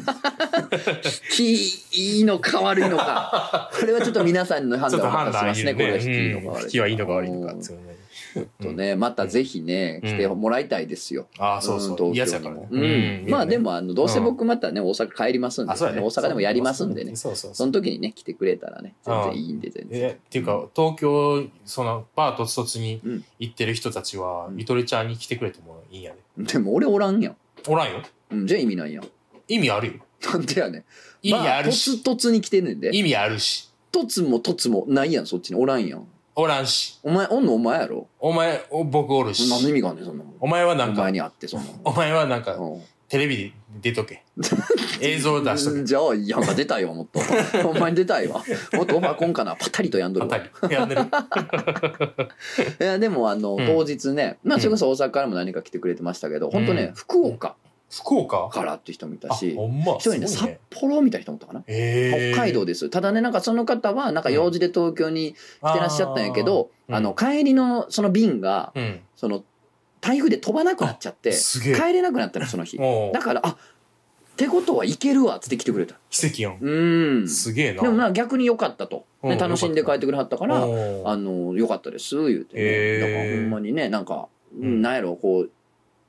引きいいのか悪いのか。これはちょっと皆さんの判ちょっ断をと判断い任せますね。これがるね。 引きいいのか悪いのか。 うん引きはいいのか悪いのかうんっていうね。 とね、またぜひね、 うん来てもらいたいですよ。 ああ、そうそう。 んいいやつやからね。 うんうんまあで、も、あの、どうせ僕またね、大阪帰りますんで、 あ、そうやね。 大阪でもやりますんでね。 そうそうそ。 そうの時にね、来てくれたらね、全然いいんで、全然。 え、っていうか、東京、その、バーとつとつにうん行ってる人たちはう、んゆとりちゃんに来てくれてもいいんやで。 でも俺おらんやん。 おらんよ。 うん、じゃあ意味ないやん。 意味あるよ。 なんでやねん。 意味あるとし。 つとつに来てんねんで。 意味あるし。 とつもとつもないやん、そっちにおらんやん。 おらんし。 お前、おんのお前やろ。 お前、お僕おるし。 何の意味があんねん、そんなもん。 お前はなんかお前、に会って、そんなもん。 お前はなんか、 うんテレビで出とけ。映像出しとけ。 じゃあ、いや、出たいわ、もっと。ほんまに出たいわ。もっとオファーこんかな。パタリとやんどるわ。 あたり。やんでる。 いや、でも、あの、 うん当日ね、まあ、それこそ大阪からも何か来てくれてましたけど、本当ねうん、 福岡福岡からって人もいたあ、 し、 ほんま。 一人ね、札すごいね幌みたいな人もいたかな。 へー北海道です。ただね、なんかその方は、なんか用事で東京に来てらっしゃったんやけど、 あーあの、帰りのその便が、 うん。 その、台風で飛ばなくなっちゃって、 すげえ。 帰れなくなったの、その日。 おうだから、あ、ってことはいけるわ、つって来てくれた。 奇跡やん。 うん。 すげえな。 でもまあ逆に良かったと。ね、 うん楽しんで帰ってくれはったから、 おうあの、良かったです、言うて、ね。 へーだからほんまにね、なんか、 うんなんやろ、こう、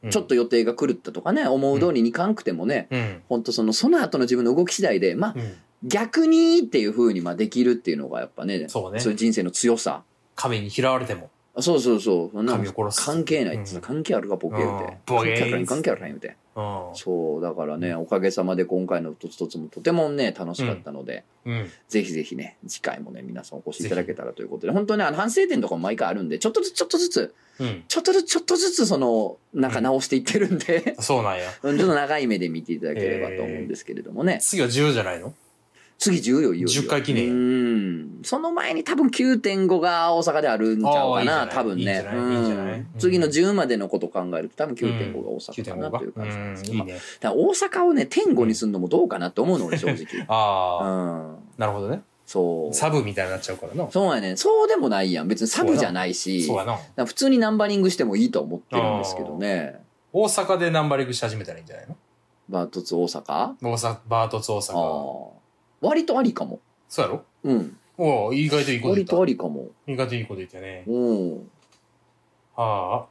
ちょっと予定が狂ったとかね、思う通りにいかんくてもね、 うん。 ほんとその、その後の自分の動き次第で、まあ、 うん。 逆にっていう風にまあできるっていうのがやっぱね、 そうね。 そういう人生の強さ。 神に嫌われても。 そうそうそう。 神を殺す。 関係ないっつうの、関係あるかボケ言うて。 ボケー関係あるか関係あるか言うて。 うん。 そう、だからね、おかげさまで今回の一つ一つもとてもね、楽しかったので、 うん。 ぜひぜひね、次回もね、皆さんお越しいただけたらということで、本当にね、あの反省点とかも毎回あるんで、ちょっとずつちょっとずつ、 うん。 ちょっとずつちょっとずつその、なんか直していってるんで、 そうなんや。 ちょっと長い目で見ていただければと思うんですけれどもね。 次はじゅうじゃないの？ 次じゅうよ、いよいよ。 じゅっかい記念。 うん。その前に多分きゅうてんごが大阪であるんちゃうかな、多分ね。 いいんじゃないいいんじゃない次のじゅうまでのこと考えると多分きゅうてんごが大阪かなという感じなんですけど。 いいね。 だから大阪をね、点ごにするのもどうかなって思うの、俺正直。 ああ。 うん。 なるほどね。 そう。 サブみたいになっちゃうからな。 そうやね。そうでもないやん。別にサブじゃないし。 そうやな。 だから普通にナンバリングしてもいいと思ってるんですけどね。 大阪でナンバリングし始めたらいいんじゃないの？ バートツ大阪大阪、バートツ大阪。 ああ。割とありかも。 そうやろ？ うん。 おお、意外といいこと言割った。 とありかも。 意外といいこと言ったね。 うん。 はあ。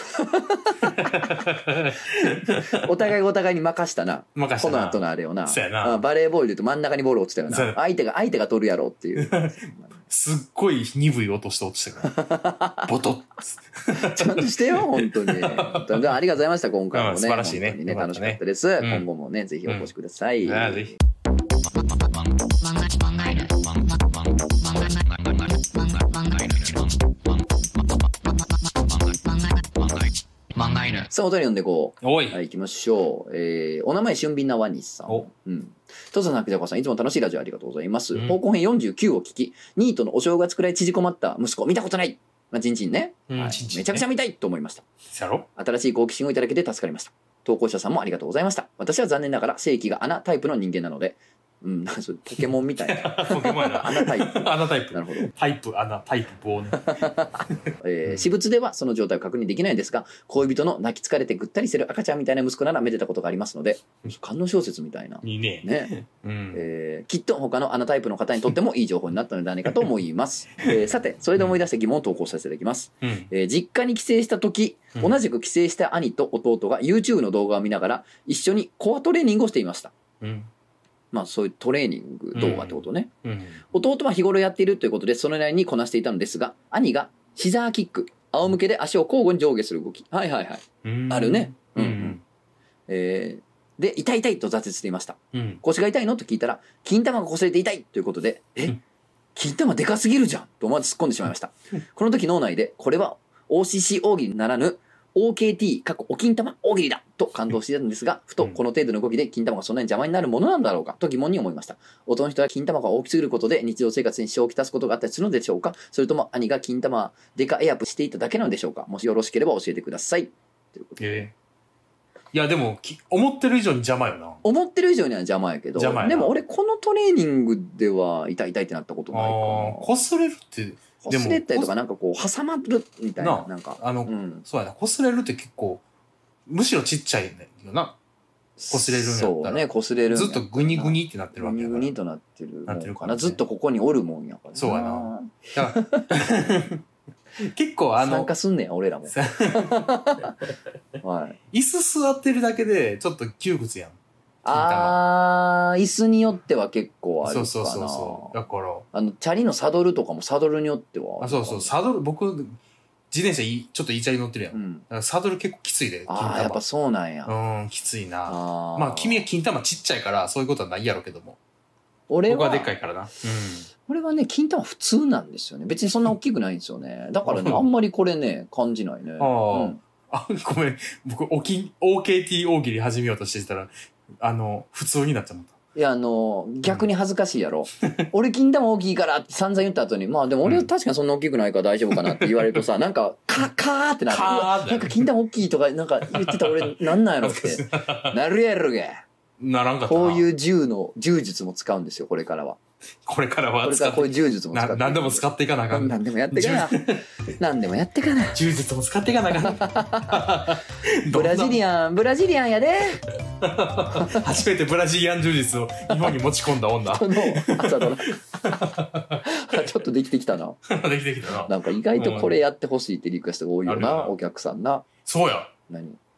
お互いお互いに任したな。 任したな。 この後のあれをな。 そうやな。 バレーボールで言うと真ん中にボール落ちたよな。相手が、相手が取るやろっていう。 すっごい鈍い音して落ちたから。ボトッ。 ちゃんとしてよ、本当に。本当にありがとうございました、今回もね。 素晴らしいね。 本当にね、楽しかったです。今後もね、ぜひお越しください。 ああ、ぜひ。 さあ、お便り読んでいこう。 おい。 はい、行きましょう。えー、お名前、俊敏なワニさん。 お。 うん。トザさん、ピザコさん、いつも楽しいラジオありがとうございます。 うん、 方向編よんじゅうきゅうを聞き、ニートのお正月くらい縮こまった息子、見たことない。まあ、ちんちんね。 うんはい、 ちんちんねめちゃくちゃ見たいと思いました。 やろ？ 新しい好奇心をいただけて助かりました。投稿者さんもありがとうございました。私は残念ながら正規が穴タイプの人間なので、うん、なんかそれポケモンみたいな。 ポケモンやな。 穴タイプ。 穴タイプ。 なるほど。 タイプ、穴、タイプ、棒ね。 えー、私物ではその状態を確認できないんですが、恋人の泣き疲れてぐったりする赤ちゃんみたいな息子ならめでたことがありますので、観音小説みたいな。 いいね。 ね。 うん。 えー、きっと他の穴タイプの方にとってもいい情報になったのではないかと思います。えー、さて、それで思い出した疑問を投稿させていただきます。 うん。 えー、実家に帰省した時、 うん同じく帰省した兄と弟が YouTube の動画を見ながら一緒にコアトレーニングをしていました。 うん。 まあそういうトレーニング動画ってことね。 うん。 弟は日頃やっているということでそれなりにこなしていたのですが、兄がシザーキック、仰向けで足を交互に上下する動き。はいはいはい。 うん。 あるね。 ううんうんん。えー、で、痛い痛いと挫折していました。 うん。 腰が痛いのと聞いたら、金玉が擦れて痛いということで、え、金玉でかすぎるじゃんと思わず突っ込んでしまいました。この時脳内で、これは オーシーシー 大喜利ならぬ、オーケーティー、過去お金玉大喜利だと感動していたんですが、ふとこの程度の動きで金玉がそんなに邪魔になるものなんだろうかと疑問に思いました。男の人は金玉が大きすぎることで日常生活に支障をきたすことがあったりするのでしょうか？それとも兄が金玉デカエアップしていただけなのでしょうか？もしよろしければ教えてください。ということでえー、いやでもき思ってる以上に邪魔よな。 思ってる以上には邪魔やけど、 邪魔やなでも俺このトレーニングでは痛い痛いってなったことないかな。 ああ、擦れるってでも擦れたりとかなんかこう挟まるみたいな、 ななんかあの、 うん、 そうやな、擦れるって結構むしろちっちゃいよな。擦れるんやったらそうね、擦れるんやずっとグニグニってなってるわグニけやから。 グニとなってるなってるもんかな。 からねずっとここにおるもんやからな。 そうやなだから結構あの参加すんねや、俺らも。はい。 椅子座ってるだけでちょっと窮屈やん。 あー、椅子によっては結構あるかな。 そうそうそうそう。だからあの、チャリのサドルとかもサドルによってはあるかな。 あ、そうそう、サドル、僕、自転車いちょっといいチャリ乗ってるやん。 うん。 だからサドル結構きついで、金玉。 あー、やっぱそうなんや。 うん、きついな。 あーまあ、君は金玉ちっちゃいから、そういうことはないやろうけども。 俺は、 僕はでっかいからな。うん。 俺はね、金玉普通なんですよね。別にそんな大きくないんですよね。だからね、あんまりこれね、感じないね。 あーうんあ、ごめん。僕、おき、オーケーティー 大喜利始めようとしてたら、あの、普通になっちゃった。 いや、あの、逆に恥ずかしいやろ。俺金玉大きいからって散々言った後に、まあでも俺は確かにそんな大きくないから大丈夫かなって言われるとさ、なんか、カカーってなる。 カーってなるなんか金玉大きいとか、なんか言ってた俺、なんなんやろって。なるやろが。 ならんかったな。 こういう銃の、銃術も使うんですよ、これからは。 これからはこれからこういう銃術も使って。 な何でも使っていかなあかん。 何でもやってかな。何でもやってかな。 柔術も使っていかなあかん。 ブラジリアン、ブラジリアンやで。 初めてブラジリアン柔術を日本に持ち込んだ女。 その、朝だな。ちょっとできてきたな。 できてきたな。 なんか意外とこれやってほしいってリクエストが多いよな、 あるよなお客さんな。 そうや。 何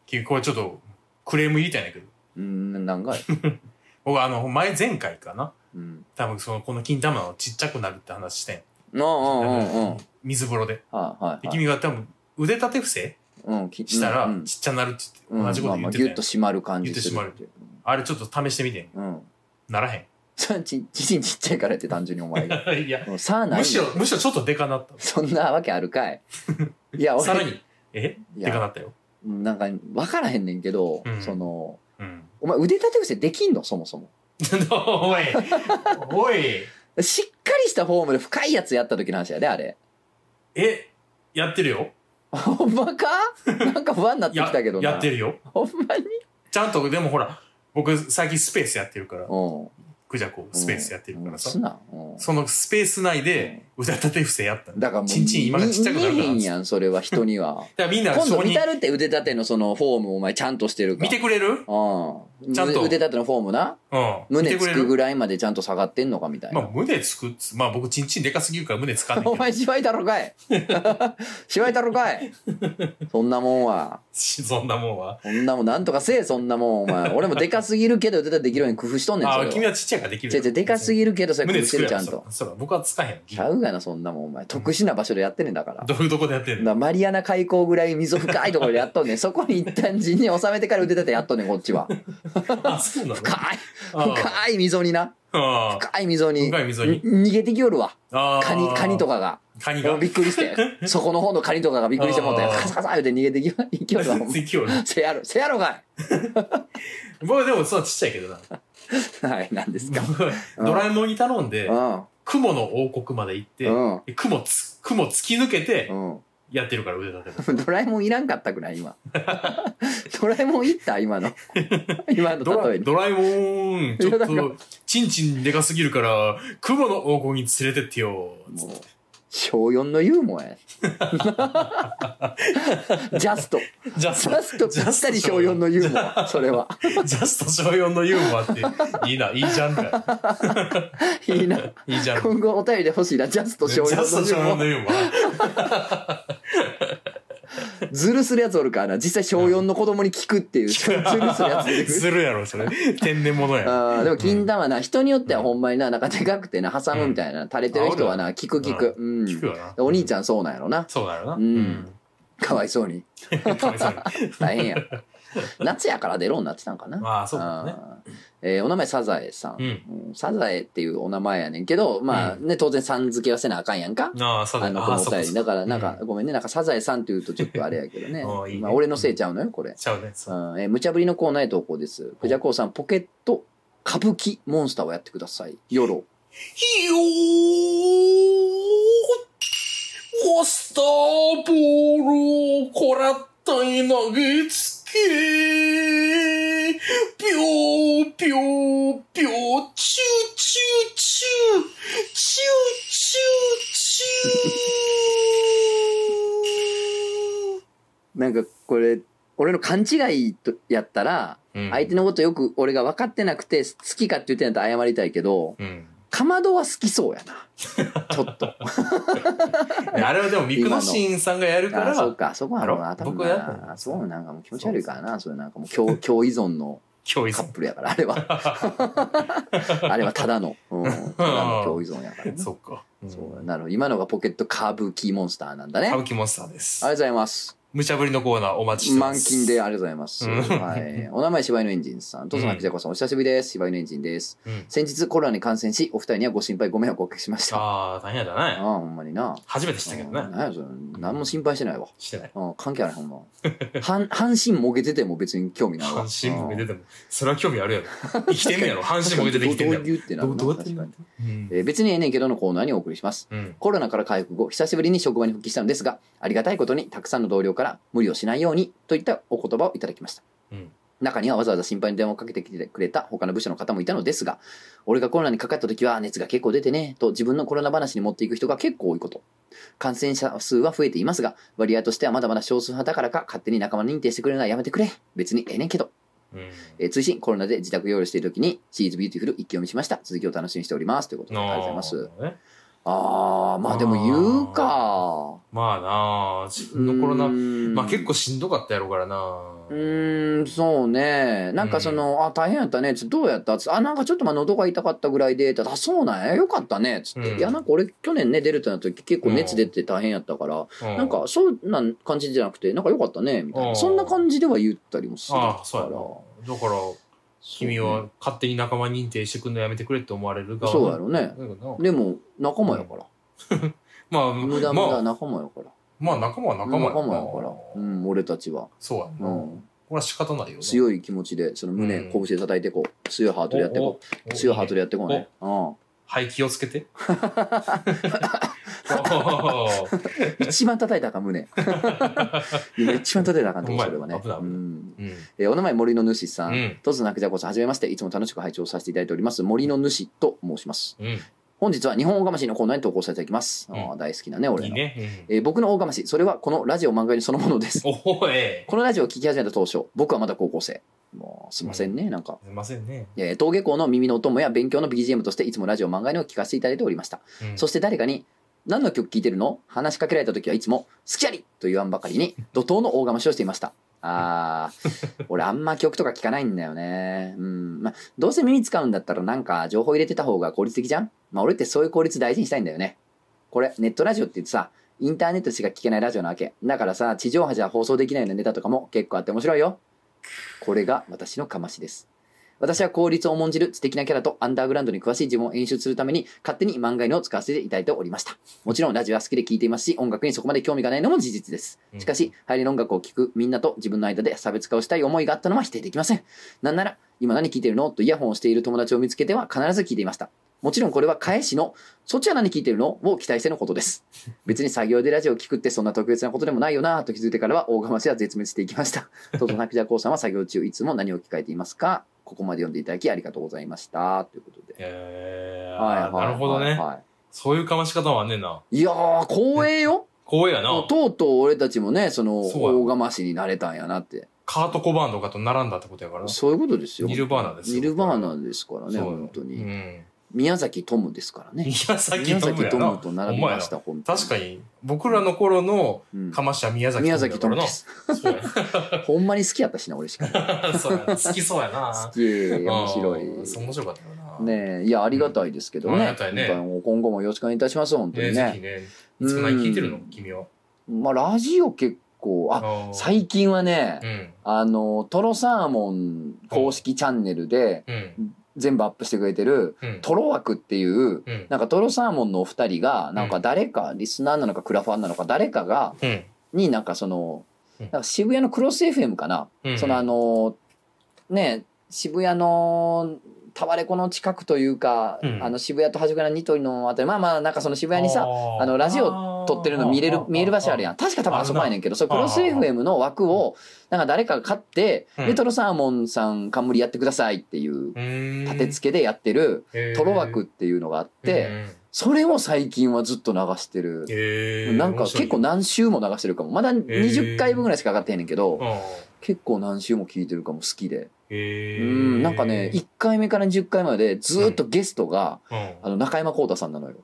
君これちょっとクレーム言いたいんだけど。 うん、なんかい。 僕あの、前前回かな。 うん。 多分その、この金玉のちっちゃくなるって話してん。 ああ、うんうんうん。 水風呂で。 はいはい。 で君が多分腕立て伏せうん、 したらちっちゃなるって言って同じこと言ってたやん。 ギュッと締まる感じする。 ギュッと締まる。あれちょっと試してみてん。うん。ならへん。 それち、ちちんちっちゃいからって単純にお前が。 いや、 さあない。 むしろ、むしろちょっとでかなった。 そんなわけあるかい。いや、 俺。さらに、えでかなったよ。 なんか、わからへんねんけど、うん、その、うん、お前腕立て伏せできんのそもそも。 おい、おい。 しっかりしたフォームで深いやつやった時の話やで、あれ。 え、やってるよ。 ほんまかなんか不安になってきたけどな。 や、やってるよ。 ほんまにちゃんと、でもほら、僕最近スペースやってるから。クジャコスペースやってるからさ。そのスペース内で腕立て伏せやった。 だからもう、 チンチン今がちっちゃくなるから。 見えへんやん、それは人には。 だからみんな今度見たるって腕立てのそのフォームお前ちゃんとしてるか。 見てくれる？うん。 ちゃんと。腕立てのフォームな。うん。胸つくぐらいまでちゃんと下がってんのかみたいな。 まあ胸つくっつ、まあ僕チンチンでかすぎるから胸つかんねんけど。 お前芝居たろかい芝居たろかいそんなもんは。 そんなもんは。 そんなもんなんとかせえ、そんなもんお前。俺もでかすぎるけど腕立てできるように工夫しとんねん。 ああ、君はちっちゃいからできる。 違う違う、でかすぎるけどそれ工夫してるちゃんと。 そうだ、僕はつかへん。 ちゃうがな、そんなもんお前。特殊な場所でやってんねんだから。 どういうとこでやってんの？ マリアナ海溝ぐらい溝深いところでやっとんねん。そこに一旦陣に収めてから腕立てやっとんねん、こっちは。 あ、そうなの？ 深い。深い溝にな。深い溝に。 深い溝に。 逃げてきよるわ。カニ、カニとかが。 カニが。 びっくりして。そこの方のカニとかがびっくりしてもうて、カサカサ言うて逃げてきよるわ。せやろ、せやろかい。 僕でもそうちっちゃいけどな。 はい、なんですか。 ドラえもんに頼んで、雲の王国まで行って、雲つ、雲突き抜けて、やってるから腕立て。 ドラえもんいらんかったくらい今。ドラえもんいった今の。今の例えに。 ドラえもん、ちょっと、チンチンでかすぎるから、雲の王国に連れてってよ。 しょうよんのユーモアや。ジャスト。 ジャスト。 ジャストぴったりしょうよんのユーモア。それは。 ジャストしょうよんのユーモアって、いいな、いいじゃんか。 いいな。 いいじゃん。 今後お便りで欲しいな、ジャストしょうよんのユーモア。 ジャストしょうよんのユーモア。 ズルするやつおるからな。実際小よんの子供に聞くっていう。ズルするやつ出てくる。 するやろ、それ。天然物や。 あでも金玉な、人によってはほんまにな、なんかでかくてな、挟むみたいな、垂れてる人はな、聞く聞く。うん。 聞くよな。 お兄ちゃんそうなんやろな。 そうだよな。 うん。かわいそうに。 かわいそうに。 大変や。夏やから出ろになってたんかな。 ああ、そうだね。 えー、お名前サザエさん、うん、サザエっていうお名前やねんけど、まあね、うん、当然さん付けはせなあかんやんか。 ああ、サザエ。 あの、このお便り。だからなんか、うん、ごめんね、なんかサザエさんって言うとちょっとあれやけどね。いいねまあ、俺のせいちゃうのよ、これ。 ちゃうね。 うん、えー、無茶ぶりのコーナーへ投稿です。クジャコウさん、ポケット歌舞伎モンスターをやってください。よろ。 ひよーマスターボールをこらったい投げつけぴょーぴょーぴょーチューチューチューチューチューチューなんかこれ俺の勘違いとやったら、うん、相手のことよく俺が分かってなくて好きかって言ってんだったら謝りたいけど、うんかまどは好きそうやな。ちょっと。 あれはでも、ミクノシンさんがやるから。 あ、そうか、そこはな、多分な。そうなんかもう気持ち悪いからな、そういうなんかもう共共依存のカップルやから、あれは。あれはただの、うん、ただの共依存やから、ね。 そっか。 うん、そうなるほど。今のがポケット歌舞伎モンスターなんだね。 歌舞伎モンスターです。 ありがとうございます。 無茶ぶりのコーナーお待ちしてます。 満勤でありがとうございます。はい。お名前柴犬エンジンさん。とつなきじゃこさん、お久しぶりです。柴犬エンジンです。うん、先日コロナに感染し、お二人にはご心配ご迷惑をおかけしました。 ああ、大変だね。 ああ、ほんまにな。 初めて知ったけどね。 何やそれ。何も心配してないわ。 してない。 うん、関係ないほんま。半、半身もげてても別に興味ないわ。 半身もげてても。それは興味あるやろ。生きてんねやろ。半身もげてて生きてんねやろ。 どういうってなるどうやってんの？ えー、別にええねんけどのコーナーにお送りします、うん。コロナから回復後、久しぶりに職場に復帰したのですが、ありがたいことにたくさんの同僚から無理をしないようにといったお言葉をいただきました。うん、中にはわざわざ心配に電話をかけてきてくれた他の部署の方もいたのですが、俺がコロナにかかった時は熱が結構出てねと自分のコロナ話に持っていく人が結構多いこと。感染者数は増えていますが、割合としてはまだまだ少数派だからか勝手に仲間認定してくれるのはやめてくれ。別にええねんけど。うんえー、追伸コロナで自宅療養している時にシリーズビューティフル一気読みしました。続きを楽しみにしておりますということでありがとうございます。 ああ、まあでも言うか。 まあなあ、自分のコロナ、まあ結構しんどかったやろうからな。 うーん、そうね。なんかその、うん、あ、大変やったね。どうやったつあ、なんかちょっとまあ喉が痛かったぐらいで、あ、そうなんや。よかったね。つって。うん、いや、なんか俺去年ね、デルタの時結構熱出て大変やったから、うん、なんかそうな感じじゃなくて、なんかよかったね。みたいな。そんな感じでは言ったりもするから。ああ、そうやな。だから、君は勝手に仲間認定してくんのやめてくれって思われる側そうやろね。でも、仲間やから。 まあ、 無駄無駄仲間やから。 まあ仲間は仲間や仲間やから。うん、俺たちは。 そうやな。うん。これは仕方ないよね。 強い気持ちで、その胸、拳で叩いてこう。強いハートでやってこう。強いハートでやってこうね。うん。 はい、気をつけて。 一番叩いたか胸。今一番叩いたかんとそれはね。お名前森の主さん。とつなくじゃこそはじめまして。いつも楽しく拝聴させていただいております。森の主と申します。本日は日本大釜しのコーナーに投稿させていただきます。あ大好きなね、俺の。いいねえー、僕の大釜し、それはこのラジオ漫画にそのものです。おえー、このラジオを聞き始めた当初、僕はまだ高校生。もうすいませんね、うん、なんか。 すいませんね。 えー、登下校の耳のお供や勉強の ビージーエム としていつもラジオ漫画にを聞かせていただいておりました。うん、そして誰かに、何の曲聴いてるの話しかけられた時はいつも、好きやりと言わんばかりに、怒涛の大釜しをしていました。あー、俺あんま曲とか聞かないんだよね。うん。まあ、どうせ耳使うんだったらなんか情報入れてた方が効率的じゃん？まあ俺ってそういう効率大事にしたいんだよね。これ、ネットラジオって言ってさ、インターネットしか聞けないラジオなわけ。だからさ、地上波じゃ放送できないようなネタとかも結構あって面白いよ。これが私のかましです。私は効率を重んじる知的なキャラとアンダーグラウンドに詳しい自分を演出するために勝手に漫画犬を使わせていただいておりました。もちろんラジオは好きで聴いていますし、音楽にそこまで興味がないのも事実です。しかし、流行りの音楽を聴くみんなと自分の間で差別化をしたい思いがあったのは否定できません。なんなら、今何聴いてるのとイヤホンをしている友達を見つけては必ず聴いていました。もちろんこれは返しの、そっちは何聞いてるのを期待してのことです。別に作業でラジオを聞くってそんな特別なことでもないよなと気づいてからは大釜しは絶滅していきました。ととなくじゃこうさんは作業中いつも何を聞かれていますか？ここまで読んでいただきありがとうございました。ということで。 えー、はいはい、なるほどね、はい。そういうかまし方もあんねんな。 いやー、光栄よ。 光栄やな。 とうとう俺たちもね、その、大釜しになれたんやなって。 カートコバーンとかと並んだってことやから。 そういうことですよ。 ニルバーナですよ。 ニルバーナですからね、本当に。うん、宮崎トムですからね。 宮崎トムやな。宮崎トムと並びました、本当に。確かに、僕らの頃のかましは宮崎トム。 宮崎トムです。ほんまに好きやったしな、俺しか。 そうやな。好きそうやな。 好き、面白い。 面白かったよな。 ねえ、いや、ありがたいですけどね。ありがたいね。今後もよろしくお願いいたします、本当にね。ぜひね。 いつも何聞いてるの君は。 まあ、ラジオ結構、あ、最近はね、あの、トロサーモン公式チャンネルで、全部アップしてくれてる、トロ枠っていう、なんかトロサーモンのお二人が、なんか誰か、リスナーなのかクラファンなのか誰かが、になんかその、なんか渋谷のクロス エフエム かな、そのあの、ね、渋谷の、タワレコの近くというか、うん、あの渋谷と端倉ニトリのあたり、まあまあなんかその渋谷にさ、あのラジオ撮ってるの見れる、見える場所あるやん。確か多分あそこやねんけど、そのクロス エフエム の枠を、なんか誰かが買って、で、トロサーモンさん冠やってくださいっていう立て付けでやってるトロ枠っていうのがあって、それを最近はずっと流してる。なんか結構何週も流してるかも。まだにじゅっかいぶんぐらいしか上がってへんねんけど、結構何週も聞いてるかも好きで。へうん、なんかね、いっかいめからじゅっかいまでずーっとゲストが、うん、あの中山浩太さんなのよ。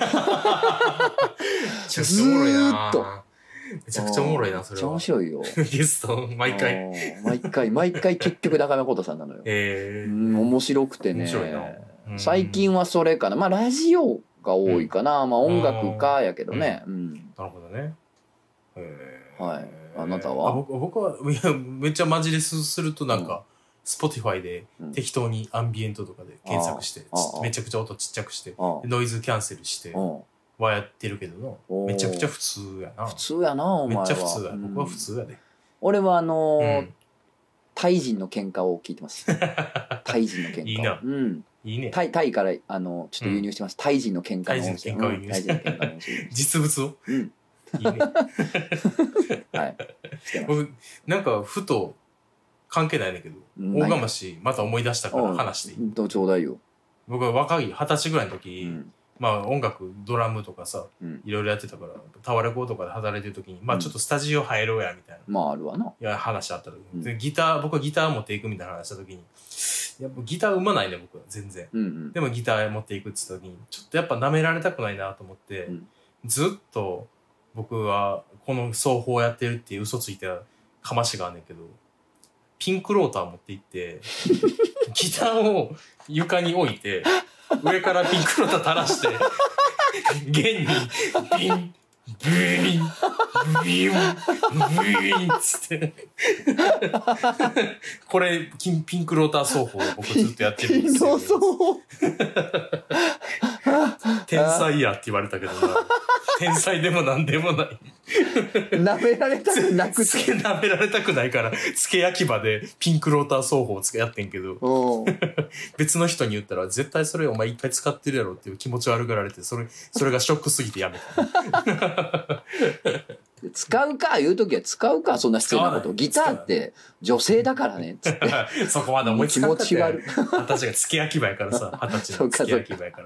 ずーっと。めちゃくちゃおもろいな、それは。 めっちゃ面白いよ。 ゲスト、毎回。 毎回、毎回結局中山浩太さんなのよ。へうん、面白くてね。面白いな。最近はそれかな。まあラジオが多いかな。うん、まあ音楽かやけどね。うん。うん、 なるほどね。 へはい。あなたは？ あ僕僕はいやめっちゃマジレスするとなんか、Spotify で適当にアンビエントとかで検索して、めちゃくちゃ音ちっちゃくして、ノイズキャンセルしてはやってるけどな。めちゃくちゃ普通やな。 普通やな、お前は。 めっちゃ普通や。僕は普通やで。 俺はあの、タイ人の喧嘩を聞いてます。タイ人の喧嘩。いいな。うん。いいね。タイ、タイからあのちょっと輸入してます。タイ人の喧嘩の音声。タイ人の喧嘩を輸入して。 実物をうん。いいね。はい。僕、なんか、ふと、関係ないんだけど、大釜し、また思い出したから話していい？ どうちょうだいよ。 僕は若い、二十歳ぐらいの時、うん、 まあ音楽、ドラムとかさ、 うん。 いろいろやってたから、タワレコとかで働いてる時に、まあちょっとスタジオ入ろうや、みたいな。 まああるわな。 いや、話あった時に、 うんでギター、僕はギター持っていくみたいな話した時に、やっぱギター上手いね、僕は、全然。 うんうん。 でもギター持っていくって言った時に、ちょっとやっぱ舐められたくないなと思って、 うんずっと僕はこの奏法やってるっていう嘘ついたかましがあんねんけど、ピンクローター持って行って、ギターを床に置いて、上からピンクローター垂らして、弦にピン、ブイーン、ブイーン、ブイーンっつって。これ、ピンクローター奏法を僕ずっとやってるんですよ。天才やって言われたけどな。天才でもなんでもない。 舐められたくなくつけ、舐められたくないから、つけ焼き場でピンクローター奏法をつけやってんけど、別の人に言ったら、絶対それお前一回使ってるやろっていう気持ち悪がられて、それ、それがショックすぎてやめた。 使うか言うときは使うか、そんな必要なこと。ギターって女性だからね、つって。 そこまで思いつかなかった。 気持ち悪い。 私がつけ焼き場やからさ、二十歳のつけ焼き場やから。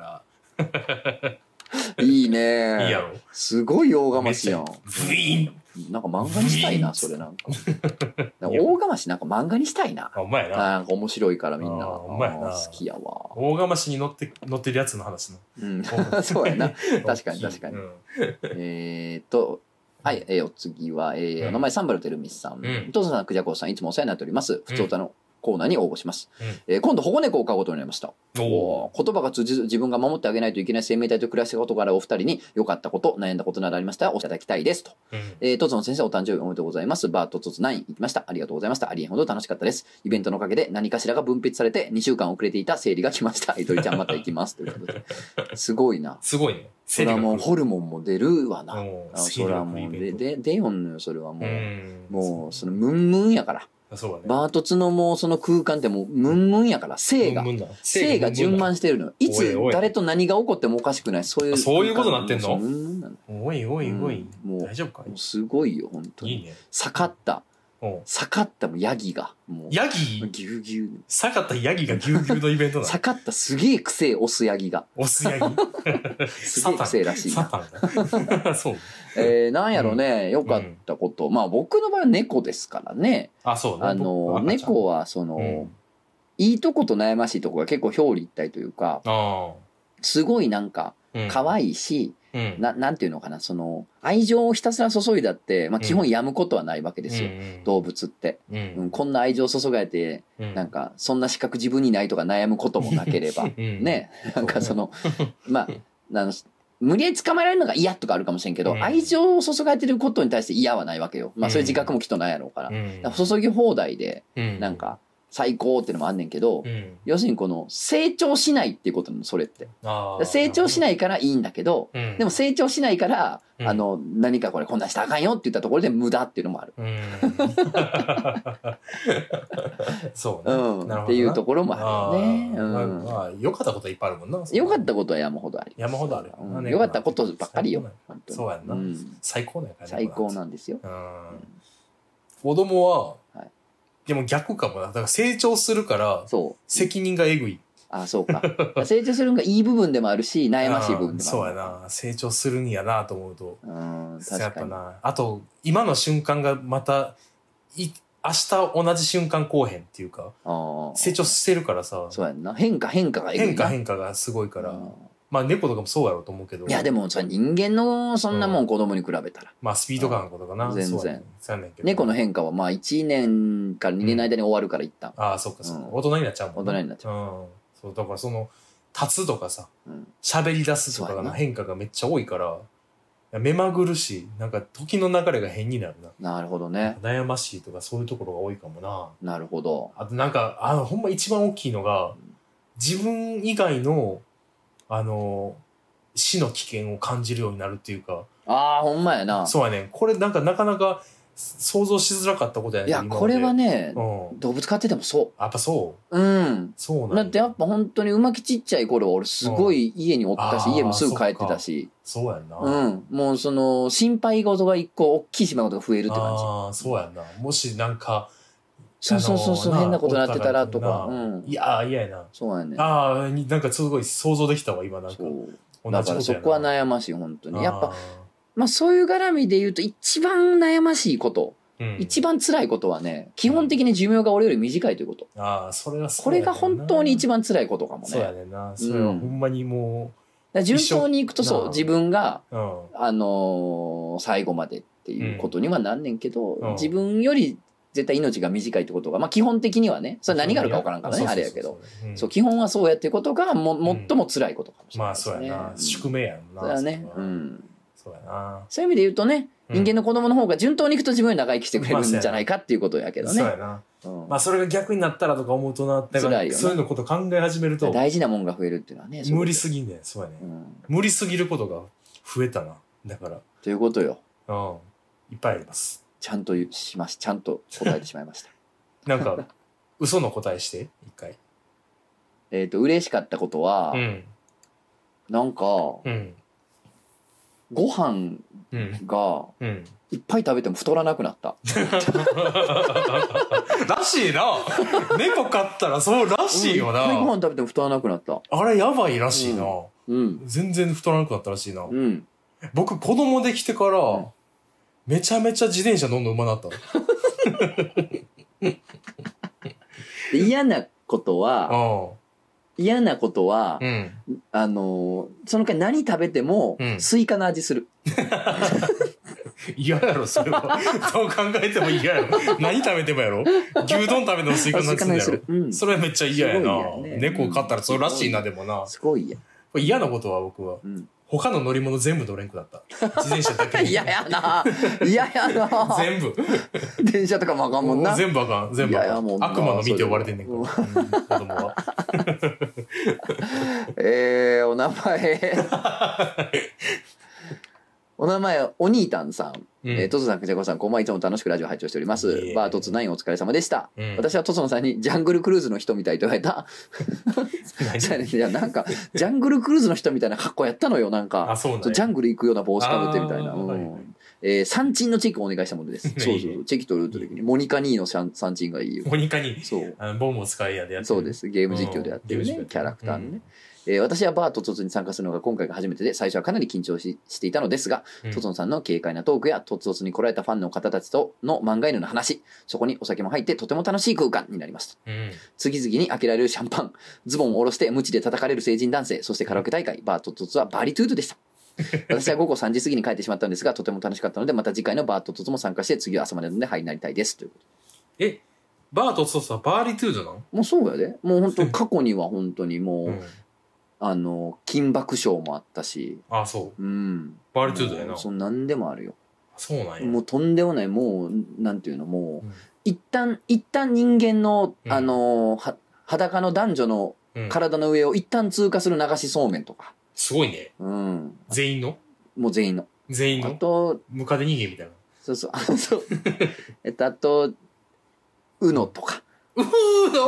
いいね。 いいやろ。 すごい大釜しやん。 ブイーン。 なんか漫画にしたいな、それなんか。大釜しなんか漫画にしたいな。 あ、お前な。 なんか面白いからみんな。 お前な。 好きやわ。 大釜しに乗って、乗ってるやつの話の。 うん。そうやな。確かに確かに。えっと、はい、えー、お次は、えー、お名前サンバルテルミスさん。トトさん、クジャコさん、いつもお世話になっております。ふつおたのコーナーに応募します。えー、今度、保護猫を飼うことになりました。お言葉が通じず自分が守ってあげないといけない生命体と暮らしたことがあるお二人に良かったこと、悩んだことなどありましたらおっしゃいただきたいですと。うん、えー、トツの先生お誕生日おめでとうございます。バートトツナイン行きました。ありがとうございました。ありえんほど楽しかったです。イベントのおかげで何かしらが分泌されてにしゅうかん遅れていた生理が来ました。えとりちゃんまた行きます。ということで。すごいな。 すごいね。 それはもうホルモンも出るわな。それはもうで、 で、出よんのよ、それはもう。もう、そのムンムンやから。 そうだね、 バートツのもうその空間ってもうムンムンやから、性が、性が順番してるのよ。いつ誰と何が起こってもおかしくない、そういう。 そういうことになってんの？ ムンムンなの。 おいおいおい。 もう、 大丈夫か？ もうすごいよ、本当に。 いいね。 盛った。盛ったもヤギが。もうヤギギュウギュウ。 盛ったヤギがギュウギュウのイベントなの？ 盛ったすげえくせえオスヤギが。 オスヤギすげえくせえらしいな。 サタンだ。そう。 えー、なんやろね、良、うん、かったこと。まあ僕の場合は猫ですからね。 あ、そうね。 あの、猫はその、うん、いいとこと悩ましいとこが結構表裏一体というか、すごいなんか、可愛いし、うん、な, なんていうのかな、その、愛情をひたすら注いだって、まあ基本やむことはないわけですよ。うん、動物って、うんうん。こんな愛情を注がれて、うん、なんか、そんな資格自分にないとか悩むこともなければ、うん、ね、なんかその、まあ、あの、無理やり捕まえられるのが嫌とかあるかもしれんけど、うん、愛情を注がれてることに対して嫌はないわけよ。まあそういう自覚もきっとないやろうから。うん、だから注ぎ放題で、なんか、最高っていうのもあんねんけど、うん、要するにこの成長しないっていうことなの、それって。成長しないからいいんだけど、うん、でも成長しないから、うん、あの、何かこれこんなんしたらあかんよって言ったところで無駄っていうのもある。うん、 そうね、 うん。っていうところもあるよね。うん、 まあ、良かったことはいっぱいあるもんな。 良かったことは山ほどあります。 山ほどある。 うん、良かったことばっかりよ。 そうやんな。うん、最高だよね。 最高なんですよ。 うん、子供は、はい、でも逆かもな。だから成長するから、責任がえぐい。 ああ、そうか。成長するのがいい部分でもあるし、悩ましい部分でもある。 そうやな。成長するんやなと思うと。うん、確かに。やっぱな。あと、今の瞬間がまた、い、明日同じ瞬間こうへんっていうか、成長してるからさ。 そうやんな。変化変化がえぐいな。 変化変化がすごいから。まあ猫とかもそうやろうと思うけど。 いやでもさ、人間のそんなもん子供に比べたら。 まあスピード感のことかな。 全然。猫の変化はまあいちねんからにねんの間に終わるから一旦。 ああ、そっかそっか。大人になっちゃうもんね。大人になっちゃう。 うん。そう、だからその、立つとかさ、喋り出すとかの変化がめっちゃ多いから、目まぐるしい、なんか時の流れが変になるな。 なるほどね。 悩ましいとかそういうところが多いかもな。 なるほど。 あとなんか、あの、ほんま一番大きいのが、自分以外の、あの、死の危険を感じるようになるっていうか。 ああ、ほんまやな。 そうやね。これなんかなかなか想像しづらかったことやね。 いや、これはね、うん、動物飼っててもそう。 やっぱそう。 うん。 そうなんだ。だってやっぱ本当に馬木ちっちゃい頃は俺すごい家におったし、うん、家もすぐ帰ってたし。 そうやんな。 うん。もうその、心配事が一個大きいしまうことが増えるって感じ。 ああ、そうやんな。もしなんか、 そうそうそうそう、変なことなってたらとか。 うん。いやー、嫌やな。 そうやね。 ああ、なんかすごい想像できたわ、今なんか。 だからそこは悩ましい、本当に。やっぱ、まあそういう絡みで言うと一番悩ましいこと、うん、一番辛いことはね、基本的に寿命が俺より短いということ。 うん、ああ、それはそう。これが本当に一番辛いことかもね。 そうやねんな。それはほんまにもう。うん、順当にいくとそう、自分が、うん、あのー、最後までっていうことにはなんねんけど、うん、自分より絶対命が短いってことが、まあ基本的にはね、それ何があるか分からんからね、あれやけど、そう、基本はそうやっていうことがも、最も辛いことかもしれないですね。まあそうやな。 宿命やんな。 そうやね。うん。 そうやな。 そういう意味で言うとね、人間の子供の方が順当にいくと自分より長生きしてくれるんじゃないかっていうことやけどね。 そうやな。まあそれが逆になったらとか思うとなって、辛いよね。そういうのこと考え始めると。 大事なもんが増えるっていうのはね。 無理すぎんねん、そうやね。無理すぎることが増えたな。だから。 ということよ。 うん。いっぱいあります。 ちゃんとしまし、ちゃんと答えてしまいました。 なんか、嘘の答えして、一回。 えっと、嬉しかったことは、うん、なんか、うん、ご飯が、いっぱい食べても太らなくなった。 らしいな。猫飼ったらそうらしいよな。 いっぱいご飯食べても太らなくなった。 あれやばいらしいな。 うん。 全然太らなくなったらしいな。 うん。 僕、子供できてから、うん、めちゃめちゃ自転車どんどん上手なった。 嫌なことは、嫌なことは、うん、あのー、その間何食べても、うん、スイカの味する。 嫌やろ、それは。そう考えても嫌やろ。何食べてもやろ。牛丼食べてもスイカの味するやろ。うん、それめっちゃ嫌やな。ね、猫飼ったらそうらしいな、でもな。 すごい嫌。 嫌なことは僕は、うん、他の乗り物全部乗れんくなった。自転車だけに。 嫌やな。嫌やな。 全部。 電車とかもあかんもんな。 全部あかん。全部あかん。悪魔の実って呼ばれてんねんから。子供は。 えー、お名前。お名前、お兄たんさん。うん、えー、トツさん、くじゃこさん、こんばんはいつも楽しくラジオ拝聴しております。バートツナインお疲れ様でした。うん、私はトツノさんにジャングルクルーズの人みたいと言われた。いや、なんか、ジャングルクルーズの人みたいな格好やったのよ、なんか。 あ、そうなんジャングル行くような帽子かぶってみたいな。うん、えー、サンチンのチェキをお願いしたものです。そうそう。チェキ取るときに、モニカニーのサンサンチンがいいよ。 モニカニーそう。 あのボンも使いやでやってる。 そうです。ゲーム実況でやってるね、キャラクターのね。うんえー、私はバートツツに参加するのが今回が初めてで、最初はかなり緊張ししていたのですが、うん、トツノさんの軽快なトークやトツツに来られたファンの方たちとの漫画犬の話、そこにお酒も入ってとても楽しい空間になりました。うん、次々に開けられるシャンパン、ズボンを下ろして無知で叩かれる成人男性、そしてカラオケ大会、バートツツはバリトゥードでした。私は午後さんじ過ぎに帰ってしまったんですが、とても楽しかったので、また次回のバートツツも参加して、次は朝まで飲んでハイになりたいです。ということ。 え、バートツツはバーリトゥードなの？ もうそうやで。もう本当過去には本当にもう、うんあの金箔賞もあったし、 あ、そう。 うん。 バーリトゥードやな。 そう何でもあるよ。 そうなんや。 もうとんでもないもうなんていうのもう、うん、一旦一旦人間の、うん、あのは裸の男女の体の上を一旦通過する流しそうめんとか。 すごいね。 うん。 全員の？ もう全員の。 全員の。 あとムカデ人間みたいな。 そうそうあそう。えっとあとウノとか。 うーの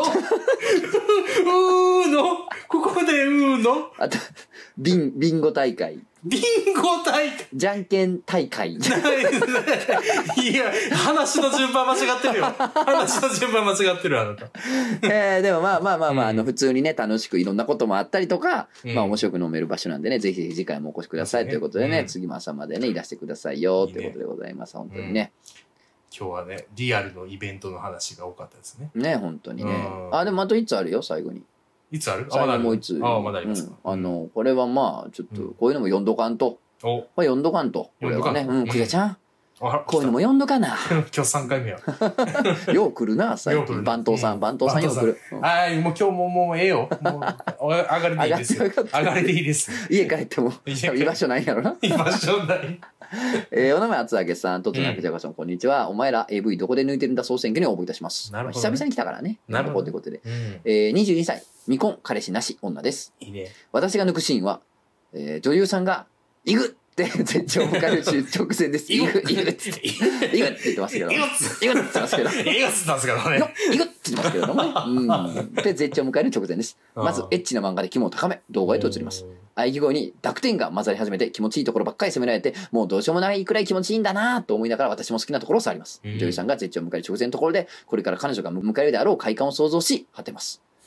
うーのここでうーのあと、ビン、ビンゴ大会。 ビンゴ大会じゃんけん大会。いや、話の順番間違ってるよ。話の順番間違ってる、あなた。 えー、でもまあまあまあまあ、うん、あの、普通にね、楽しくいろんなこともあったりとか、うん、まあ面白く飲める場所なんでね、ぜひぜひ次回もお越しくださいということでね、うん、次も朝までね、いらしてくださいよ、ということでございます。いいね、本当にね。うん今日はね、リアルのイベントの話が多かったですね。 ね、本当にね。あ、でもあといつあるよ、最後に。 いつある？ 最後もういつ。 あ、まだありますか。 あの、これはまあ、ちょっと、こういうのも読んどかんと。お。これ読んどかんと。これはね、うん、くじゃちゃん。こういうのも読んどかな。 今日さんかいめや。 よう来るな、最近。番頭さん、番頭さんよう来る。 はい、もう今日ももうええよ。もう、上がりでいいですよ。上がりでいいです。 家帰っても、居場所ないやろな。 居場所ない。 えー、お名前厚揚げさん、とつなくじゃかさん、こんにちは。お前ら エーブイ どこで抜いてるんだ総選挙に応募いたします。なるほど、ね。久々に来たからね。なるほど。ということで。うん、えー、にじゅうにさい、未婚、彼氏なし、女です。いいね。私が抜くシーンは、えー、女優さんが、行くって絶頂を迎える直前です。行く、行くって、行くって言ってますけど。行くって言ってますけど。 行くって言ってますけどね。 行くって言ってますけれどもね。うん。で、絶頂を迎える直前です。まず、エッチな漫画で肝を高め、動画へと移ります。喘ぎ声に濁点が混ざり始めて気持ちいいところばっかり責められて、もうどうしようもないくらい気持ちいいんだなと思いながら私も好きなところを触ります。女優さんが絶頂を迎える直前のところで、これから彼女が迎えるであろう快感を想像し、果てます。